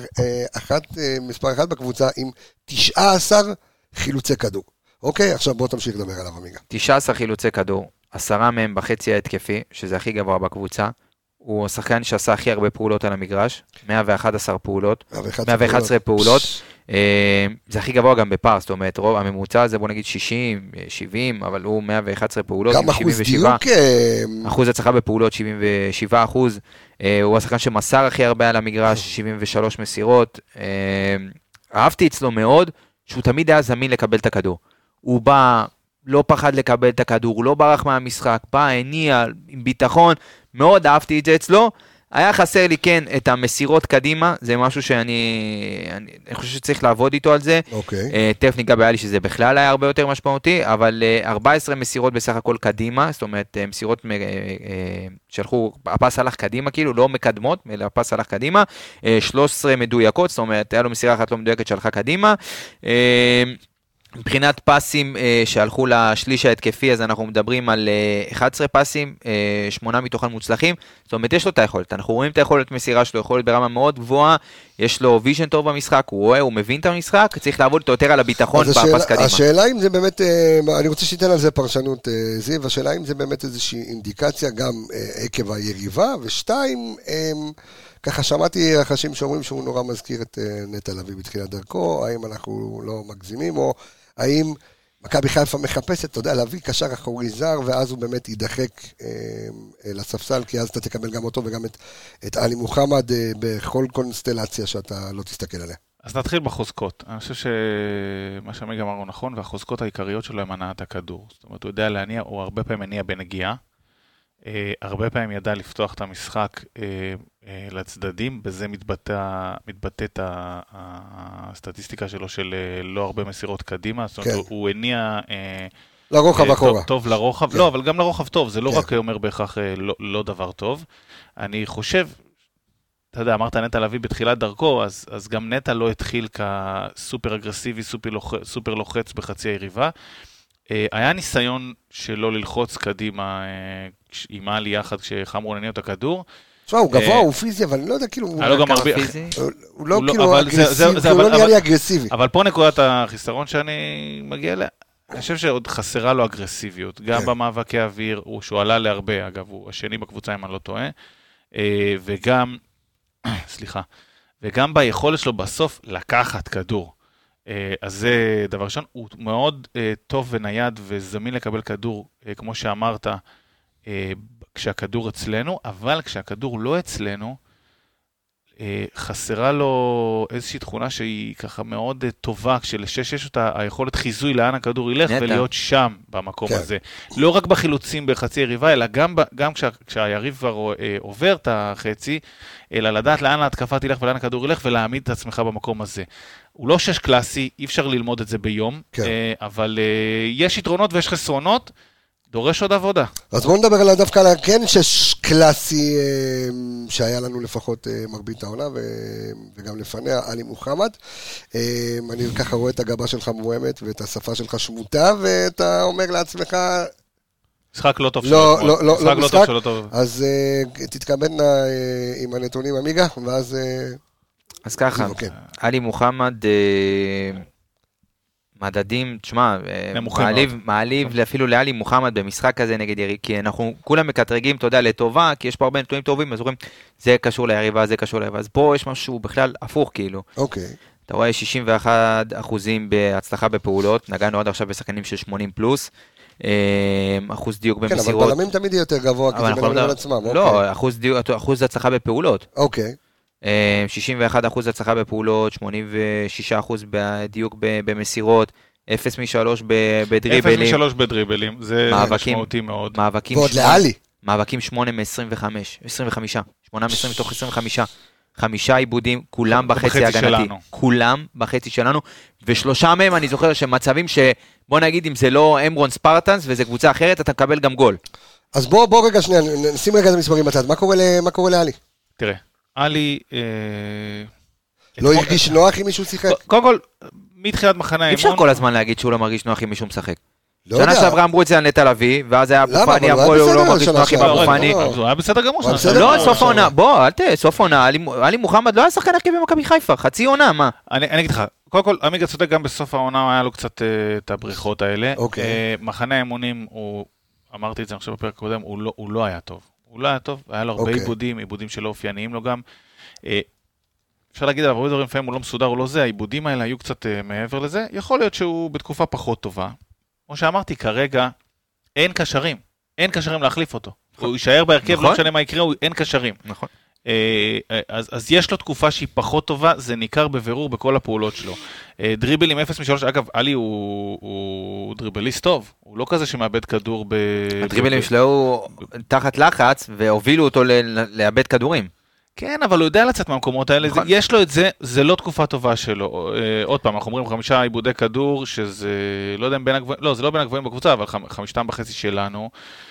1 בקבוצה עם 19 חילוצי כדור. אוקיי, עכשיו בוא תמשיך לדבר עליו, עמיגה. 19 חילוצי כדור, 10 מהם בחצי ההתקפי, שזה הכי גבוה בקבוצה. הוא השחקן שעשה הכי הרבה פעולות על המגרש, 111 פעולות, 111 פעולות. זה הכי גבוה גם בפאר, זאת אומרת, הממוצע זה בוא נגיד 60, 70, אבל הוא 111 פעולות, גם אחוז דיוק. אחוז הצלחה בפעולות 77%. הוא השחקן שמסר הכי הרבה על המגרש, 73 מסירות. אהבתי אצלו מאוד, שהוא תמיד היה זמין לקבל את הכדור. הוא בא, לא פחד לקבל את הכדור, הוא לא ברח מהמשחק, בא, הניע, עם ביטחון, מאוד אהבתי את זה אצלו. היה חסר לי כן את המסירות קדימה, זה משהו שאני חושב שצריך לעבוד איתו על זה. תכף ניגע בעלי שזה בכלל היה הרבה יותר משמעותי, אבל 14 מסירות בסך הכל קדימה, זאת אומרת מסירות שלחו, הפס הלך קדימה כאילו, לא מקדמות, אלא הפס הלך קדימה, 13 מדויקות, זאת אומרת היה לו מסירה אחת לא מדויקת שהלכה קדימה, מבחינת פסים שהלכו לשליש ההתקפי, אז אנחנו מדברים על 11 פסים, 8 מתוכן מוצלחים, זאת אומרת, יש לו את היכולת, אנחנו רואים את היכולת מסירה שלו, יכולת ברמה מאוד גבוהה, יש לו ויז'ן טוב במשחק, הוא רואה, הוא מבין את המשחק, צריך לעבוד יותר על הביטחון בפס קדימה. השאלה אם זה באמת, אני רוצה שתיתן על זה פרשנות זיו, השאלה אם זה באמת איזושהי אינדיקציה גם עקב היריבה, ושתיים, ככה שמעתי רחשים שאומרים שהוא נורא מזכיר את נטע לביא בתחילת דרכו, האם אנחנו לא מגזימים, או האם מכבי חיפה מחפשת, אתה יודע, להביא קשר אחורי זר, ואז הוא באמת יידחק לספסל, כי אז אתה תקבל גם אותו וגם את עלי מוחמד בכל קונסטלציה שאתה לא תסתכל עליה. אז נתחיל בחוזקות. אני חושב שמה שעמיג אמר הוא נכון, והחוזקות העיקריות שלו הם הנעת הכדור. זאת אומרת, הוא יודע להניע, הוא הרבה פעמים מניע בנגיעה, הרבה פעמים ידע לפתוח את המשחק לצדדים, בזה מתבטאת הסטטיסטיקה שלו של לא הרבה מסירות קדימה, זאת אומרת, הוא הניע לרוחב אחורה. טוב לרוחב, לא, אבל גם לרוחב טוב, זה לא רק אומר בהכרח לא דבר טוב. אני חושב, אתה יודע, אמרת נטע לביא בתחילת דרכו, אז גם נטע לא התחיל כסופר אגרסיבי, סופר לוחץ בחצי היריבה, היה ניסיון שלא ללחוץ קדימה עם עלי יחד כשחמרון הניע את הכדור. תשמע, הוא גבוה, הוא פיזי, אבל אני לא יודע, כאילו, הוא לא כאילו אגרסיבי, הוא לא נראה לי אגרסיבי. אבל פה נקודת החיסרון שאני מגיע אליה, אני חושב שעוד חסרה לו אגרסיביות, גם במאבקי האוויר, שהוא עלה להרבה, אגב, הוא השני בקבוצה אם אני לא טועה, וגם, סליחה, וגם ביכולת שלו בסוף לקחת כדור. אז זה דבר ראשון, הוא מאוד טוב ונייד וזמין לקבל כדור, כמו שאמרת, כשהכדור אצלנו, אבל כשהכדור לא אצלנו, חסרה לו איזושהי תכונה שהיא ככה מאוד טובה, כשלשש יש אותה היכולת חיזוי לאן הכדור ילך ולהיות שם במקום הזה. לא רק בחילוצים בחצי יריבה, אלא גם כשהיריב כבר עובר את החצי, אלא לדעת לאן ההתקפה תלך ולאן הכדור ילך ולהעמיד את עצמך במקום הזה. הוא לא שש קלאסי, אי אפשר ללמוד את זה ביום, אבל יש יתרונות ויש חסרונות, דורש עוד עבודה. אז בואו נדבר על דווקא על כן שש קלאסי שהיה לנו לפחות מרבית העונה וגם לפניה, עלי מוחמד. אני ככה רואה את הגבה שלך מורמת ואת השפה שלך שמוטה, ואתה אומר לעצמך... משחק לא טוב שלא טוב. משחק לא טוב שלא טוב. אז תתכבדנה עם הנתונים אמיגה, ואז... אז ככה, עלי מוחמד... מדדים, תשמע, מעליב אפילו לעלי מוחמד במשחק הזה נגד יריב, כי אנחנו כולם מקטרגים, אתה יודע, לטובה, כי יש פה הרבה נתונים טובים, אז אומרים, זה קשור ליריבה, זה קשור ליריבה, אז פה יש משהו בכלל הפוך, כאילו. אוקיי. אתה רואה 61% בהצלחה בפעולות, נגענו עד עכשיו בשחקנים של 80 פלוס, אחוז דיוק במסירות. כן, אבל בלמים תמיד יותר גבוה, כי זה בלמים על עצמם. לא, אחוז הצלחה בפעולות. אוקיי. 61% הצלחה בפעולות, 86% בדיוק במסירות, 0 מ-3 בדריבלים. 0 מ-3 בדריבלים, זה משמעותי מאוד. ועוד לאלי. מאבקים 8 מ-25, 25, 8 מ-20 מתוך 25, 5 עיבודים, כולם בחצי הגנתי. כולם בחצי שלנו, ושלושה מהם אני זוכר שמצבים שבוא נגיד אם זה לא אמרון ספרטנס וזה קבוצה אחרת, אתה מקבל גם גול. אז בוא רגע שנייה, נשים רגע את המספרים בצד, מה קורה לאלי? תראה. עלי... לא הרגיש נוח אם מישהו שיחק? קודם כל, מתחילת מחנה האימון... אי אפשר כל הזמן להגיד שהוא לא מרגיש נוח אם מישהו משחק. שנה שעברה אמרו את זה על נטע לביא, ואז היה אבו פאני, אמרו הוא לא מרגיש נוח עם אבו פאני. הוא היה בסדר גמור. לא, סוף העונה, בוא, אל תהיה, סוף העונה, עלי מוחמד לא היה שחקן הרכב במכבי חיפה, חצי עונה, מה? אני אגיד לך, קודם כל, עמיגה צודק גם בסוף העונה, היה לו קצת את הבריחות האלה. מחנה האימונים, אמרתי את זה עכשיו בפרק הקודם, הוא לא היה טוב. הוא לא היה טוב, היה לו הרבה עיבודים שלא אופייניים לו גם. אפשר להגיד עליו, הרבה דברים לפעמים הוא לא מסודר או לא זה, העיבודים האלה היו קצת מעבר לזה, יכול להיות שהוא בתקופה פחות טובה. כמו שאמרתי, כרגע אין קשרים להחליף אותו. הוא יישאר בהרכב, לא משנה מה יקרה, אין קשרים. נכון. אז יש לו תקופה שהיא פחות טובה, זה ניכר בבירור בכל הפעולות שלו. דריבלים 0 מ-3, אגב, עלי הוא דריבליסט טוב, הוא לא כזה שמאבד כדור הדריבלים שלו תחת לחץ, והובילו אותו לאבד כדורים. כן, אבל הוא יודע לצאת מהמקומות האלה, יש לו את זה, זה לא תקופה טובה שלו. עוד פעם, אנחנו אומרים 5 עיבודי כדור, שזה לא יודע אם בין הגבוהים, לא, זה לא בין הגבוהים בקבוצה, אבל 5.5 שלנו.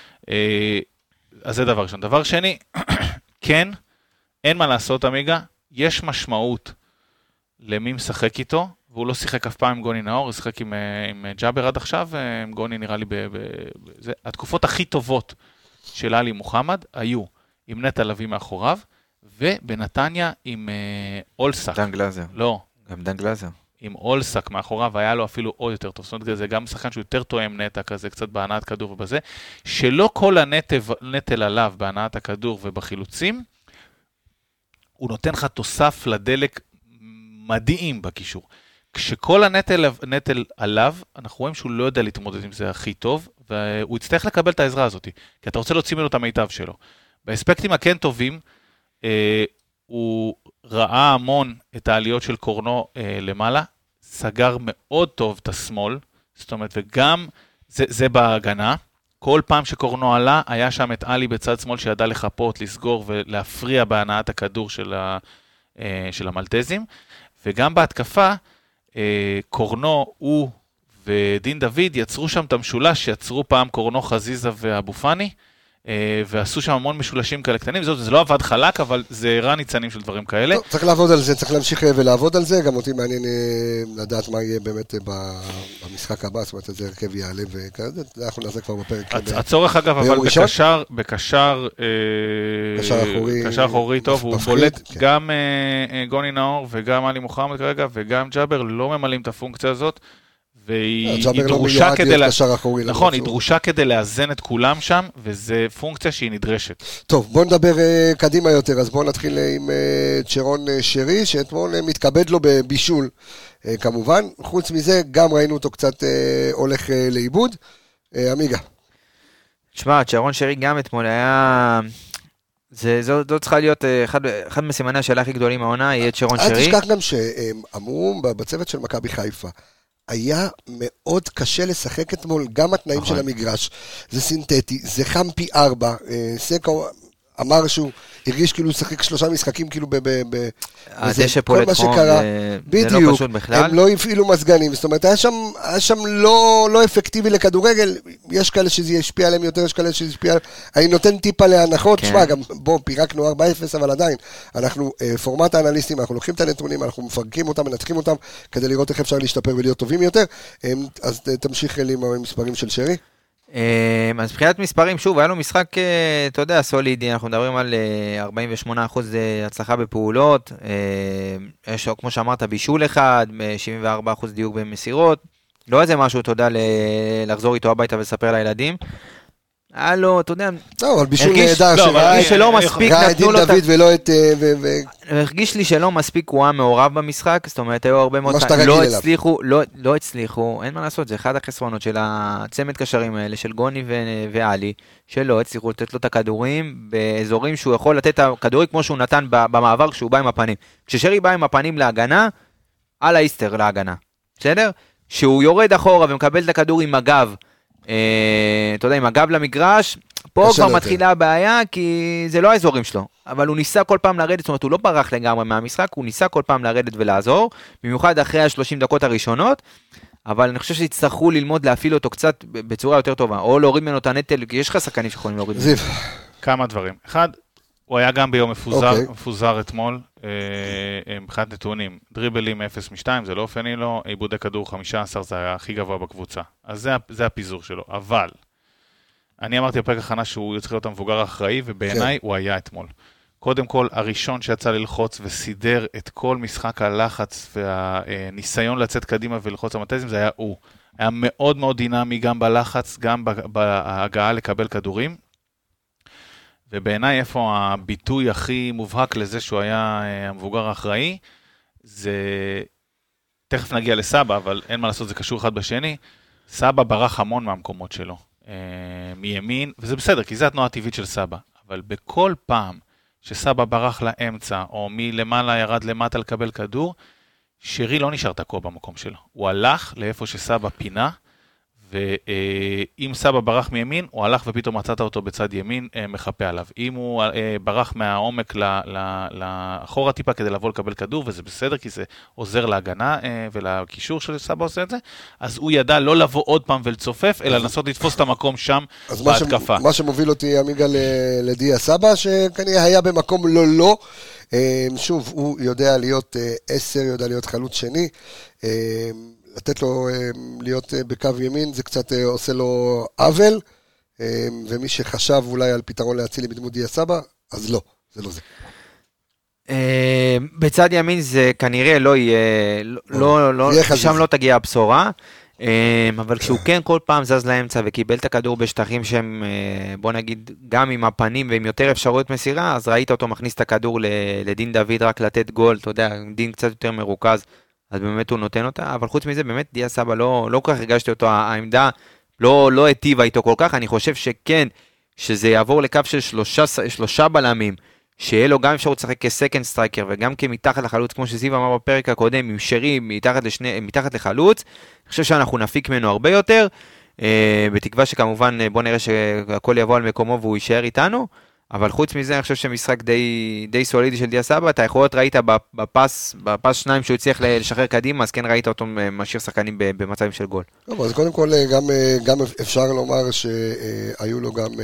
אז זה דבר ראשון. דבר שני, כן, אין מה לעשות, אמיגה, יש משמעות למי משחק איתו, והוא לא שיחק אף פעם עם גוני נאור, הוא שיחק עם ג'אבר עד עכשיו, עם גוני נראה לי התקופות הכי טובות של אלי מוחמד היו עם נטע לביא מאחוריו, ובנתניה עם אולסק. דן גלאזר. לא. גם דן גלאזר. עם אולסק מאחוריו, היה לו אפילו עוד יותר טוב. זאת אומרת, זה גם שחקן שהוא יותר תואם נטע כזה, קצת בהנעת כדור ובזה, שלא כל הנטל עליו בהנעת הכדור ובחילוצים, הוא נותן לך תוסף לדלק מדהים בקישור. כשכל הנטל עליו, אנחנו רואים שהוא לא יודע להתמודד עם זה הכי טוב, והוא יצטרך לקבל את העזרה הזאת, כי אתה רוצה להוציא ממנו את המיטב שלו. באספקטים הכן טובים, הוא ראה המון את העליות של קורנו למעלה, סגר מאוד טוב את השמאל, זאת אומרת, וגם זה בהגנה, כל פעם שקורנו עלה, היה שם את אלי בצד שמאל שידע לחפות, לסגור ולהפריע בהנעת הכדור של המלטזים, וגם בהתקפה, קורנו, הוא ודין דוד יצרו שם את המשולש, שיצרו פעם קורנו חזיזה ואבו פני, ועשו שם המון משולשים כאלה קטנים, זה לא עבד חלק, אבל זה הראה ניצנים של דברים כאלה. צריך לעבוד על זה, צריך להמשיך ולעבוד על זה, גם אותי מעניין לדעת מה יהיה באמת במשחק הבא, זאת אומרת, איזה הרכב יעלה וכזה, אנחנו נעשה כבר בפרק. הצורך אגב, אבל בקשר אחורי טוב, הוא בולט גם גוני נאור וגם אלי מוחמד כרגע, וגם ג'אבר לא ממלאים את הפונקציה הזאת, והיא דרושה כדי נכון, היא דרושה כדי לאזן את כולם שם, וזה פונקציה שהיא נדרשת. טוב, בואו נדבר קדימה יותר, אז בואו נתחיל עם צ'רון שרי, שאתמול מתכבד לו בבישול, כמובן. חוץ מזה, גם ראינו אותו קצת הולך לאיבוד. אמיגה. תשמע, צ'רון שרי גם אתמול היה... זו צריכה להיות אחד מסימני השאלה הכי גדולים מהעונה, יהיה צ'רון שרי. אל תשכח גם שאמרו בצוות של מכבי חיפה, היה מאוד קשה לשחק אתמול, גם התנאים של המגרש, זה סינתטי, זה חם פי 4, סקו אמר שהוא הרגיש כאילו לשחק 3 משחקים כאילו הדשא פולט חום, זה לא פשוט בכלל. הם לא הפעילו מזגנים, זאת אומרת, היה שם לא אפקטיבי לכדורגל, יש כאלה שזה ישפיע עליהם יותר, יש כאלה שזה ישפיע עליהם, אני נותן טיפה להנחות, תשמע, גם בוא, פירקנו 4-0, אבל עדיין, אנחנו פורמט האנליסטים, אנחנו לוקחים את הנתונים, אנחנו מפרקים אותם, מנתחים אותם, כדי לראות איך אפשר להשתפר ולהיות טובים יותר, אז תמשיך לי עם המספרים של שרי. אז מבחינת מספרים, שוב, היה לו משחק, אתה יודע, סולידי, אנחנו מדברים על 48% הצלחה בפעולות, יש, כמו שאמרת, בישול אחד, 74% דיוק במסירות, לא איזה משהו, אתה יודע, לחזור איתו הביתה ולספר לילדים, היה לו, אתה יודע, לא, אבל בישול נהדר, שלא מספיק נתנו לו דוד ולא את... הרגיש לי שלא מספיק הוא היה מעורב במשחק, זאת אומרת, היו הרבה מאוד... לא הצליחו, אין מה לעשות, זה אחד החסרונות של הצמד קשרים האלה, של גוני ואלי, שלא הצליחו לתת לו את הכדורים, באזורים שהוא יכול לתת את הכדורים כמו שהוא נתן במעבר כשהוא בא עם הפנים. כששרי בא עם הפנים להגנה, על האיסטר להגנה, בסדר? שהוא יורד אחורה ומקבל את הכדור עם הגב, אתה יודע, עם הגב למגרש, פה כבר מתחילה הבעיה, כי זה לא האזורים שלו, אבל הוא ניסה כל פעם לרדת, זאת אומרת, הוא לא ברח לגמרי מהמשחק, הוא ניסה כל פעם לרדת ולעזור, במיוחד אחרי ה-30 דקות הראשונות, אבל אני חושב שיצטרכו ללמוד להפעיל אותו קצת בצורה יותר טובה, או להוריד ממנו את הנטל, כי יש לך שחקנים שיכולים להוריד ממנו. כמה דברים. אחד, הוא היה גם ביום מפוזר אתמול, מבחינת נתונים, דריבלים 0-2, זה לא אופייני לו, עיבודי כדור 15, זה היה הכי גבוה בקבוצה. אז זה הפיזור שלו. אבל, אני אמרתי בפרק הכנה שהוא צריך להיות המבוגר האחראי, ובעיניי הוא היה אתמול. קודם כל, הראשון שיצא ללחוץ וסידר את כל משחק הלחץ והניסיון לצאת קדימה וללחוץ המטזים, זה היה הוא. היה מאוד מאוד דינמי גם בלחץ, גם בהגעה לקבל כדורים. ובעיניי איפה הביטוי הכי מובהק לזה שהוא היה המבוגר האחראי, זה, תכף נגיע לסבא, אבל אין מה לעשות, זה קשור אחד בשני, סבא ברח המון מהמקומות שלו, מימין, וזה בסדר, כי זה התנועה הטבעית של סבא, אבל בכל פעם שסבא ברח לאמצע, או מלמעלה ירד למטה לקבל כדור, שרי לא נשאר תקוע במקום שלו, הוא הלך לאיפה שסבא פינה, ואם סבא ברח מימין, הוא הלך ופתאום מצאת אותו בצד ימין, מחפה עליו. אם הוא ברח מהעומק לאחורה טיפה כדי לבוא לקבל כדור, וזה בסדר, כי זה עוזר להגנה ולקישור של סבא עושה את זה, אז הוא ידע לא לבוא עוד פעם ולצופף, אלא לנסות לתפוס את המקום שם בהתקפה. מה שמוביל אותי עמיגה לדיה סבא, שכנראה היה במקום לא, שוב, הוא יודע להיות 10, יודע להיות חלוץ שני, לתת לו להיות בקו ימין, זה קצת עושה לו עוול, ומי שחשב אולי על פתרון להצילי בדמות דיה סבא, אז לא, זה לא זה. בצד ימין זה כנראה לא יהיה, שם לא תגיע הבשורה, אבל כשהוא כן כל פעם זז לאמצע וקיבל את הכדור בשטחים שהם, בוא נגיד, גם עם הפנים ועם יותר אפשרויות מסירה, אז ראית אותו מכניס את הכדור לדין דוד רק לתת גול, אתה יודע, דין קצת יותר מרוכז, אז באמת הוא נותן אותה, אבל חוץ מזה, באמת דיה סבא לא כל כך הרגשתי אותו, העמדה לא היטיבה איתו כל כך, אני חושב שכן, שזה יעבור לקו של 3 בלמים, שיהיה לו גם אפשרות לשחק כסקנד סטרייקר, וגם כמתחת לחלוץ, כמו שזיו אמר בפרק הקודם, עם שרי מתחת לחלוץ, אני חושב שאנחנו נפיק ממנו הרבה יותר, בתקווה שכמובן בוא נראה שהכל יבוא על מקומו והוא יישאר איתנו, אבל חוץ מזה אני חושב שמשחק די סולידי של דיה סבא, אתה יכולות ראית בפס 2 שהוא הצליח לשחרר קדימה, אז כן ראית אותו משאיר שחקנים במצבים של גול. אז קודם כל גם אפשר לומר שהיו לו גם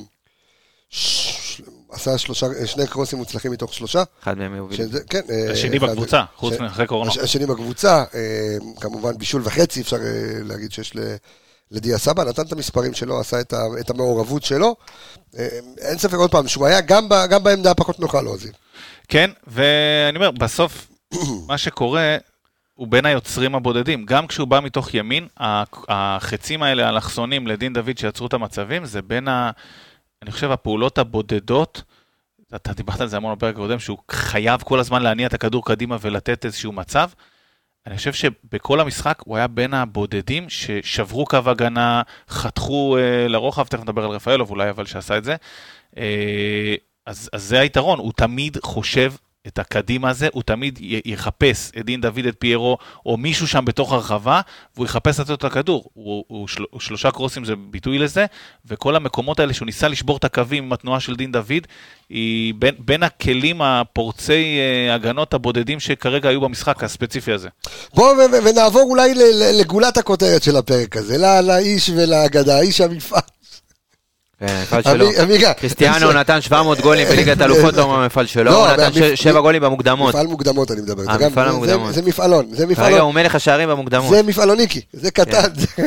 עשה 2 קרוסים מוצלחים מתוך 3. אחד מהם הוביל. כן. השני בקבוצה, חוץ מאחרי קורונה. השני בקבוצה, כמובן בישול וחצי, אפשר להגיד שיש לדיה סבא, נתן את המספרים שלו, עשה את המעורבות שלו. אין ספק עוד פעם, שהוא היה גם בעמדה פחות נוחה לו, זיו. כן, ואני אומר, בסוף, מה שקורה, הוא בין היוצרים הבודדים. גם כשהוא בא מתוך ימין, החצים האלה, האלכסונים לדין דוד שיצרו את המצבים, זה בין אני חושב, הפעולות הבודדות, אתה דיברת על זה המון בפרק הקודם, שהוא חייב כל הזמן להניע את הכדור קדימה ולתת איזשהו מצב. אני חושב שבכל המשחק הוא היה בין הבודדים ששברו קו הגנה, חתכו לרוחב, תכף נדבר על רפאלוב, אולי אבל שעשה את זה. אז זה היתרון, הוא תמיד חושב את הקדימה הזה, הוא תמיד יחפש את דין דוד, את פיירו, או מישהו שם בתוך הרחבה, והוא יחפש לתת את הכדור. הוא 3 קרוסים זה ביטוי לזה, וכל המקומות האלה שהוא ניסה לשבור את הקווים עם התנועה של דין דוד, היא בין הכלים הפורצי הגנות הבודדים שכרגע היו במשחק הספציפי הזה. בואו ונעבור אולי לגולת הכותרת של הפרק הזה, לאיש ולאגדה, האיש המפעל. המפעל שלו. קריסטיאנו נתן 700 גולים בליגת האלופות, לא מהמפעל שלו, הוא נתן 7 גולים במוקדמות. מפעל מוקדמות אני מדבר. המפעל המוקדמות. זה מפעלון. כרגע הוא מלך השערים במוקדמות. זה מפעלוניקי, זה קטן.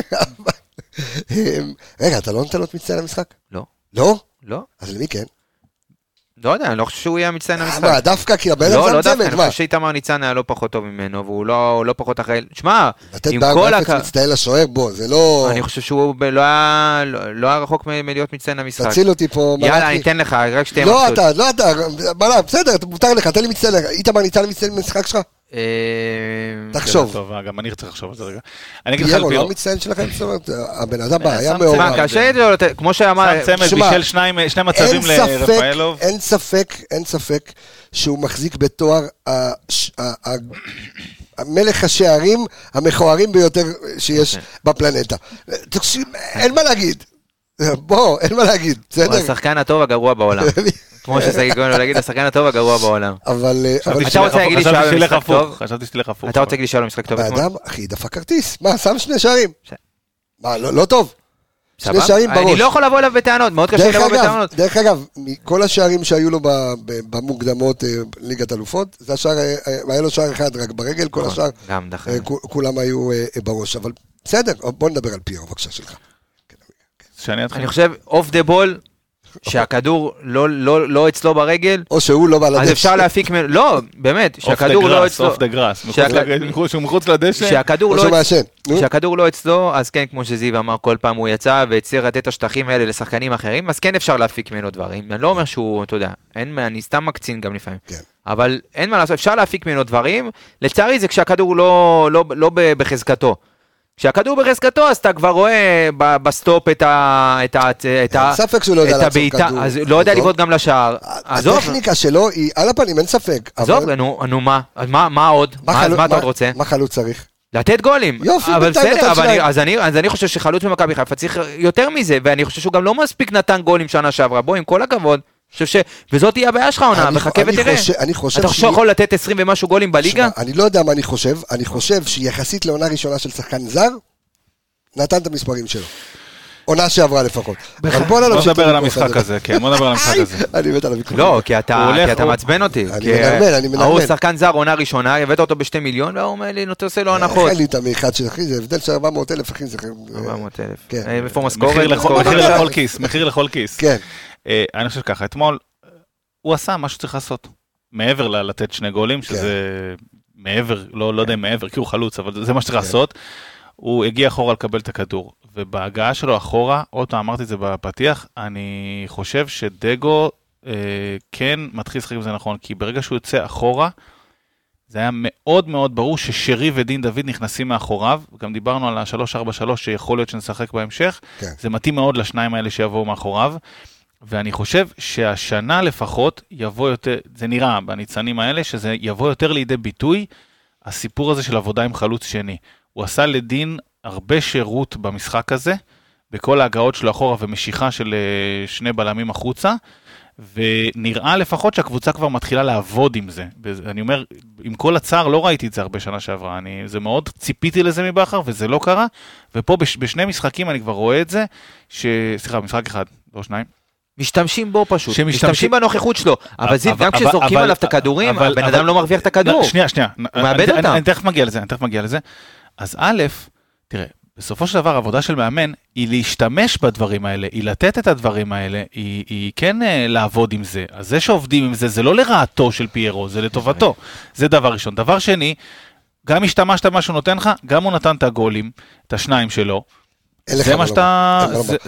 רגע, אתה לא נותן לו מצטיין למשחק? לא. לא? לא. אז למי כן? לא יודע, אני לא חושב שהוא יהיה מצטיין למשחק. מה, דווקא כי הבן אדם לא דווקא, אני חושב שאיתמר ניצן היה לא פחות טוב ממנו, והוא לא פחות אחראי. שמע, עם כל מצטיין לשוער, בוא, זה לא... אני חושב שהוא לא היה רחוק מלהיות מצטיין למשחק. תציל אותי פה... יאללה, אני אתן לך, רק שתהיה מבסוט. לא אתה, בסדר, מותר לך, תן לי מצטיין, איתמר ניצן מצטיין למשחק שלך? תחשוב. גם אני צריך לחשוב על זה רגע. פיירו לא מצטיין שלכם, זאת אומרת, הבן אדם בא, היה מעורב. כמו שאמר... צמד בישל 2 מצבים לרפאלוב. אין ספק שהוא מחזיק בתואר המלך השערים המכוערים ביותר שיש בפלנטה. אין מה להגיד. בוא, אין מה להגיד. הוא השחקן הטוב הגרוע בעולם. כמו שסגי גויין להגיד, השחקן הטוב הגרוע בעולם. אבל... אתה רוצה להגיד לי שהיה לו משחק טוב? חשבתי שתלך הפוך. אתה רוצה להגיד לי שהיה לו משחק טוב? האדם, אחי, דפק כרטיס. מה, שם 2 שערים? מה, לא טוב? 2 שערים בראש. אני לא יכול לבוא אליו בטענות, מאוד קשה לבוא בטענות. דרך אגב, מכל השערים שהיו לו במוקדמות ליגת אלופות, זה השער, היה לו שער אחד רק ברגל, כל השער, כולם היו בראש. אבל בסדר, בוא נדבר על פיירו, בבקשה שלך. אני חושב, אוף דה בול, שהכדור לא אצלו ברגל, או שהוא לא בא לדשא. אז אפשר להפיק ממנו, לא, באמת, שהכדור לא אצלו. אוף דה גראס, שהוא מחוץ לדשא. שהכדור לא אצלו, אז כן, כמו שזיו אמר, כל פעם הוא יצא והצליח לתת את השטחים האלה לשחקנים אחרים, אז כן אפשר להפיק ממנו דברים. אני לא אומר שהוא, אתה יודע, אני סתם מקצין גם לפעמים. אבל אין מה לעשות, אפשר להפיק ממנו דברים, לצערי זה כשהכדור לא בחזקתו. כשהכדור בחזקתו, אז אתה כבר רואה בסטופ את ספק שהוא לא יודע לעצור כדור. אז לא יודע לבעוט גם לשער. הטכניקה שלו היא על הפנים, אין ספק. עזוב, נו מה? מה עוד? מה אתה עוד רוצה? מה חלוץ צריך? לתת גולים. יופי, אבל בינתיים בסדר, נתן שניים. אז אני חושב שחלוץ במכבי חיפה צריך יותר מזה, ואני חושב שהוא גם לא מספיק נתן גולים שנה שעברה. בוא, עם כל הכבוד, וזאת תהיה הבעיה שלך עונה, וחכה ותראה. אתה חושב יכול לתת 20 ומשהו גולים בליגה? אני לא יודע מה אני חושב שיחסית לעונה ראשונה של שחקן זר, נתן את המספרים שלו. עונה שעברה לפחות. בוא נדבר על המשחק הזה, כן, בוא נדבר על המשחק הזה. אני מת על הוויכוח. לא, כי אתה מעצבן אותי. אני מנרמן. הוא שחקן זר, עונה ראשונה, הבאת אותו ב2 מיליון, והוא אומר לי, נותן עושה לו הנחות. אין לי את המאחד של אחי, זה הבדל של 400,000, אחי, זה... 400,000. איפה משכורת? מחיר לכל כיס. כן. אני חושב ככה, אתמול, הוא עשה מה שצריך לעשות. מעבר לתת 2 גולים, שזה מעבר, לא יודע מעבר, כי הוא חלוץ, אבל זה מה שצריך לעשות. הוא הגיע אחורה לקבל את הכדור, ובהגעה שלו אחורה, עוד פעם אמרתי את זה בפתיח, אני חושב שדגו כן מתחיל לשחק בזה נכון, כי ברגע שהוא יוצא אחורה, זה היה מאוד מאוד ברור ששרי ודין דוד נכנסים מאחוריו, גם דיברנו על ה-3-4-3 שיכול להיות שנשחק בהמשך, זה מתאים מאוד לשניים האלה שיבואו מאחוריו, ואני חושב שהשנה לפחות יבוא יותר, זה נראה בניצנים האלה, שזה יבוא יותר לידי ביטוי, הסיפור הזה של עבודה עם חלוץ שני. הוא עשה לדין הרבה שירות במשחק הזה, בכל ההגעות שלו אחורה ומשיכה של 2 בלמים החוצה, ונראה לפחות שהקבוצה כבר מתחילה לעבוד עם זה. אני אומר, עם כל הצער לא ראיתי את זה הרבה שנה שעברה, זה מאוד ציפיתי לזה מבחר, וזה לא קרה, ופה בשני משחקים אני כבר רואה את זה, סליחה, משחק אחד, לא 2, משתמשים בו פשוט, משתמשים בנוכחות שלו, אבל זיו, גם כשזורקים עליו את הכדורים, הבן אדם לא מרוויח את הכדור. שנייה, הוא מאבד אותם. אני תכף מגיע לזה. אז א', תראה, בסופו של דבר, העבודה של מאמן היא להשתמש בדברים האלה, היא לתת את הדברים האלה, היא כן לעבוד עם זה. אז זה שעובדים עם זה, זה לא לרעתו של פיירו, זה לטובתו. זה דבר ראשון. דבר שני, גם השתמשת במה שהוא נותן לך, גם הוא נתן את הגולים, את השניים שלו. זה מה שאתה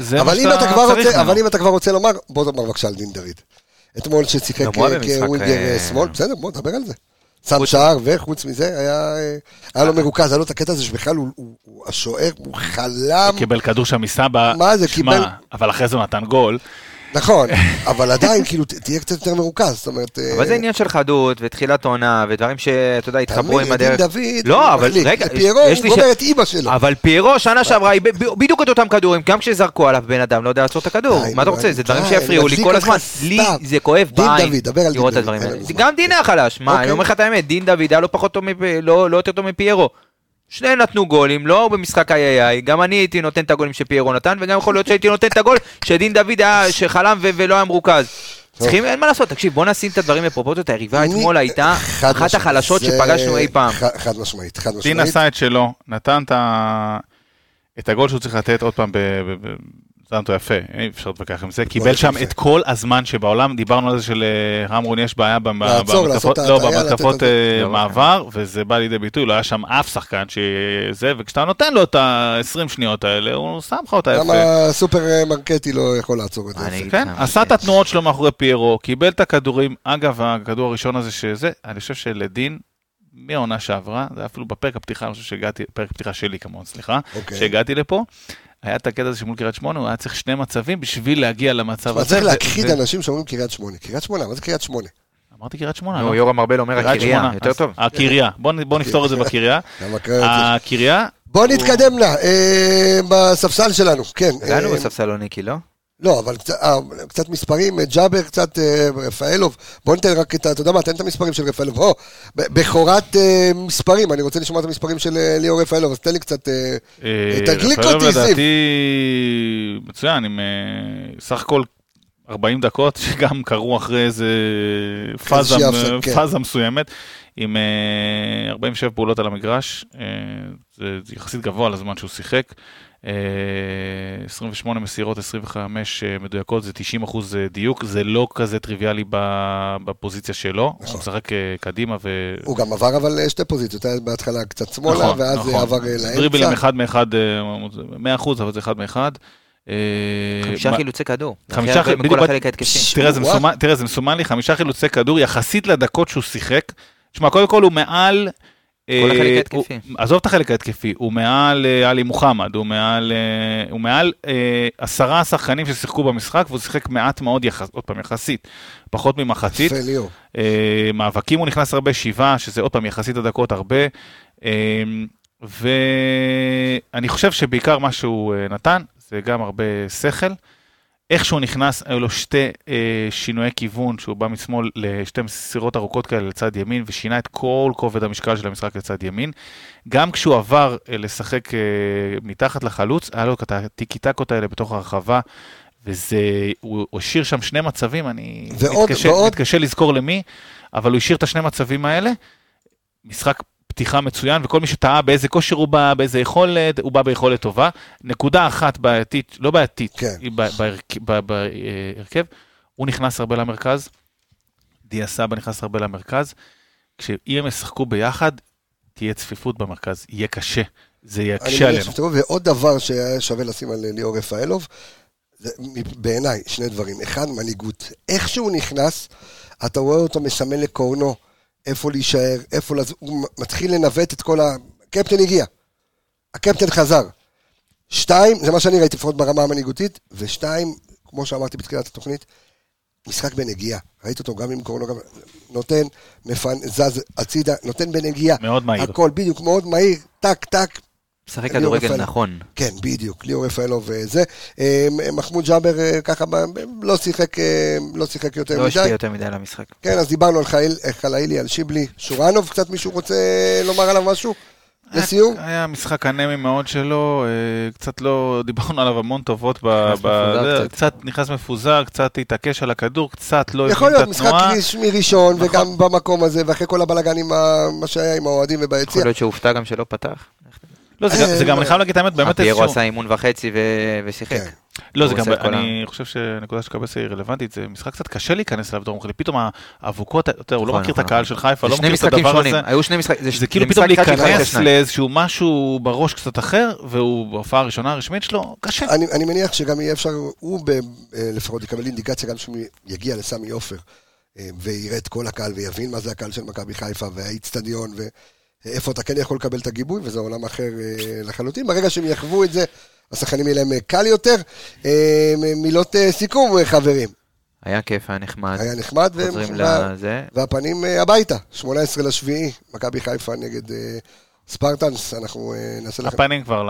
צריך. אבל אם אתה כבר רוצה לומר, בוא תאמר בבקשה על דין דוד. אתמול ששיחק כווינגר שמאל, בסדר, בוא נדבר על זה. שם שער, וחוץ מזה היה לו מרוכז, היה לו את הקטע הזה שבכלל הוא השוער, הוא חלם. הוא קיבל כדור שם מסבא, שמה, אבל אחרי זה הוא נתן גול. נכון, אבל עדיין כאילו תהיה קצת יותר מרוכז, זאת אומרת... אבל זה עניין של חדות ותחילת עונה ודברים שאתה יודע, התחברו עם הדרך. דין דוד, פיירו, הוא גומר את אימא שלו. אבל פיירו שנה שעברה, בדיוק את אותם כדורים, גם כשזרקו עליו בן אדם, לא יודע לעצור את הכדור. מה אתה רוצה? זה דברים שיפריעו לי כל הזמן. לי זה כואב בעין לראות את הדברים האלה. גם דין היה חלש, מה, אני אומר לך את האמת, דין דוד היה לא יותר טוב מפיירו. שני נתנו גולים, לא במשחק איי, גם אני הייתי נותן את הגולים שפיירו נתן, וגם יכול להיות שהייתי נותן את הגול שדין דוד היה שחלם ולא היה מרוכז. צריכים, אין מה לעשות, תקשיב, בוא נשים את הדברים בפרופורציות, היריבה אתמול הייתה אחת החלשות שפגשנו אי פעם. חד משמעית. דין עשה את שלו, נתן את הגול שהוא צריך לתת עוד פעם זה נתו יפה, אפשר להתווכח עם זה, קיבל שם את כל הזמן שבעולם, דיברנו על זה של רמרון יש בעיה במתקפות מעבר, וזה בא לידי ביטוי, לא היה שם אף שחקן שזה, וכשאתה נותן לו את ה-20 שניות האלה, הוא שם לך אותה יפה. גם הסופר מרקטי לא יכול לעצור את זה. כן, עשה את התנועות שלו מאחורי פיירו, קיבל את הכדורים, אגב, הכדור הראשון הזה שזה, אני חושב שלדין, מהעונה שעברה, זה אפילו בפרק הפתיחה, אני חושב שהגעתי, פרק הפתיחה שלי כמובן, סליחה, שהגעתי לפה, היה את הקטע הזה שמול קריית שמונה, הוא היה צריך 2 מצבים בשביל להגיע למצב הזה. צריך להכחיד אנשים שאומרים קריית שמונה. קריית שמונה, מה זה קריית שמונה? אמרתי קריית שמונה. נו, יורם ארבל אומר הקריה, יותר טוב. הקריה, בוא נפתור את זה בקריה. הקריה. בוא נתקדם לה, בספסל שלנו, כן. הגענו בספסל או ניקי, לא? לא, אבל קצת מספרים, ג'אבר, קצת רפאלוב, בוא ניתן רק את, אתה יודע מה, תן את המספרים של רפאלוב, בכורת מספרים, אני רוצה לשמוע את המספרים של ליאור רפאלוב, אז תן לי קצת, תדליק אותי, זיו. לדעתי מצוין, עם סך הכל 40 דקות, שגם קרו אחרי איזה פאזה מסוימת, עם 47 פעולות על המגרש, זה יחסית גבוה לזמן שהוא שיחק, 28 מסירות, 25 מדויקות, זה 90% דיוק, זה לא כזה טריוויאלי בפוזיציה שלו, הוא משחק קדימה הוא גם עבר אבל 2 פוזיציות, היה בהתחלה קצת שמאלה, ואז זה עבר לאמצע. דריבלים 1 מ-1, 100%, אבל זה 1 מ-1. 5 חילוצי כדור, תראה, זה מסומן לי, 5 חילוצי כדור, יחסית לדקות שהוא שיחק, תשמע, קודם כל הוא מעל, כל החלק ההתקפי. עזוב את החלק ההתקפי, הוא מעל עלי מוחמד, הוא מעל 10 שחקנים ששיחקו במשחק, והוא שיחק מעט מאוד עוד פעם יחסית, פחות ממחצית. מאבקים הוא נכנס הרבה, 7, שזה עוד פעם יחסית הדקות הרבה. ואני חושב שבעיקר מה שהוא נתן, זה גם הרבה שכל. איך שהוא נכנס, היו לו שתי שינויי כיוון, שהוא בא משמאל לשתי מסירות ארוכות כאלה לצד ימין, ושינה את כל כובד המשקל של המשחק לצד ימין. גם כשהוא עבר לשחק מתחת לחלוץ, היה לו את הטיקי-טקות האלה בתוך הרחבה, הוא השאיר שם שני מצבים, אני מתקשה לזכור למי, אבל הוא השאיר את השני מצבים האלה, משחק פתיחה מצוין, וכל מי שטעה באיזה כושר הוא בא, באיזה יכולת, הוא בא ביכולת טובה. נקודה אחת בעייתית, לא בעייתית, בהרכב, הוא נכנס הרבה למרכז, דיה סבא נכנס הרבה למרכז, כשאם הם ישחקו ביחד, תהיה צפיפות במרכז, יהיה קשה, זה יקשה עלינו. ועוד דבר שהיה שווה לשים על ליאור רפאלוב, בעיניי, שני דברים. אחד, מנהיגות. איך שהוא נכנס, אתה רואה אותו מסמן לקורנו, איפה להישאר, הוא מתחיל לנווט את כל הקפטן הגיע. הקפטן חזר. 2, זה מה שאני ראיתי לפחות ברמה המנהיגותית, ו2, כמו שאמרתי בתחילת התוכנית, משחק בנגיעה. ראיתי אותו גם עם קורנו, גם נותן, זז הצידה, נותן בנגיעה. מאוד מהיר. הכל בדיוק, מאוד מהיר, טק, טק. משחק כדורגל נכון. כן, בדיוק, ליאור רפאלוב וזה. מחמוד ג'אבר ככה לא שיחק יותר מדי. לא השפיע יותר מדי על המשחק. כן, אז דיברנו על חלאילי, על שיבלי, שורנוב, קצת מישהו רוצה לומר עליו משהו? לסיום? היה משחק אנמי מאוד שלו, קצת לא דיברנו עליו המון טובות, קצת נכנס מפוזר, קצת התעקש על הכדור, קצת לא יכול להיות משחק רשמי ראשון, וגם במקום הזה, ואחרי כל הבלגן עם מה שהיה עם האוהדים וביציע. יכול להיות שהופתע גם שלא פתח. לא, זה גם אני חייב להגיד האמת, באמת פיירו עשה אימון וחצי ושיחק. לא, זה גם, אני חושב שהנקודה של קבסה היא רלוונטית, זה משחק קצת קשה להיכנס אליו דרום חלי, פתאום האבוקות, הוא לא מכיר את הקהל של חיפה, לא מכיר את הדבר הזה, היו שני משחקים, זה כאילו פתאום להיכנס לאיזשהו משהו בראש קצת אחר, והוא בהופעה הראשונה הרשמית שלו, קשה. אני מניח שגם יהיה אפשר, הוא לפחות יקבל אינדיקציה גם שהוא יגיע לסמי עופר, ויראה את כל הקהל, ויבין מה זה הקהל של מכבי חיפה, והאיצטדיון, איפה אתה כן יכול לקבל את הגיבוי, וזה עולם אחר לחלוטין. ברגע שהם יחוו את זה, השחקנים יהיה להם קל יותר. מילות סיכום, חברים. היה כיף, היה נחמד. היה נחמד, והפנים הביתה. 18 לשביעי, מכבי חיפה נגד ספרטנס, אנחנו נעשה לכם. הפנים כבר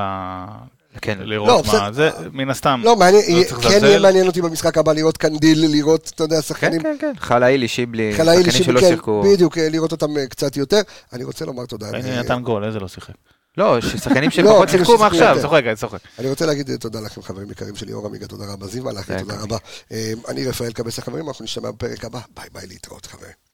לראות מה, זה מן הסתם. לא, כן יהיה מעניין אותי במשחק הבא לראות קנדיל, לראות, אתה יודע, שחקנים. כן, כן, חלאילי, שיבלי, שחקנים שלא שיחקו. בדיוק, לראות אותם קצת יותר. אני רוצה לומר תודה. אני נתן גול, איזה לא שיחק. לא, שחקנים שפחות שיחקו מה עכשיו. צוחק. אני רוצה להגיד תודה לכם, חברים יקרים שלי, אור עמיגה, תודה רבה, זיו מלאכי, תודה רבה. אני רפאל קבס החברים, אנחנו נשתמע בפרק הבא. ביי ביי, להתראות חברים.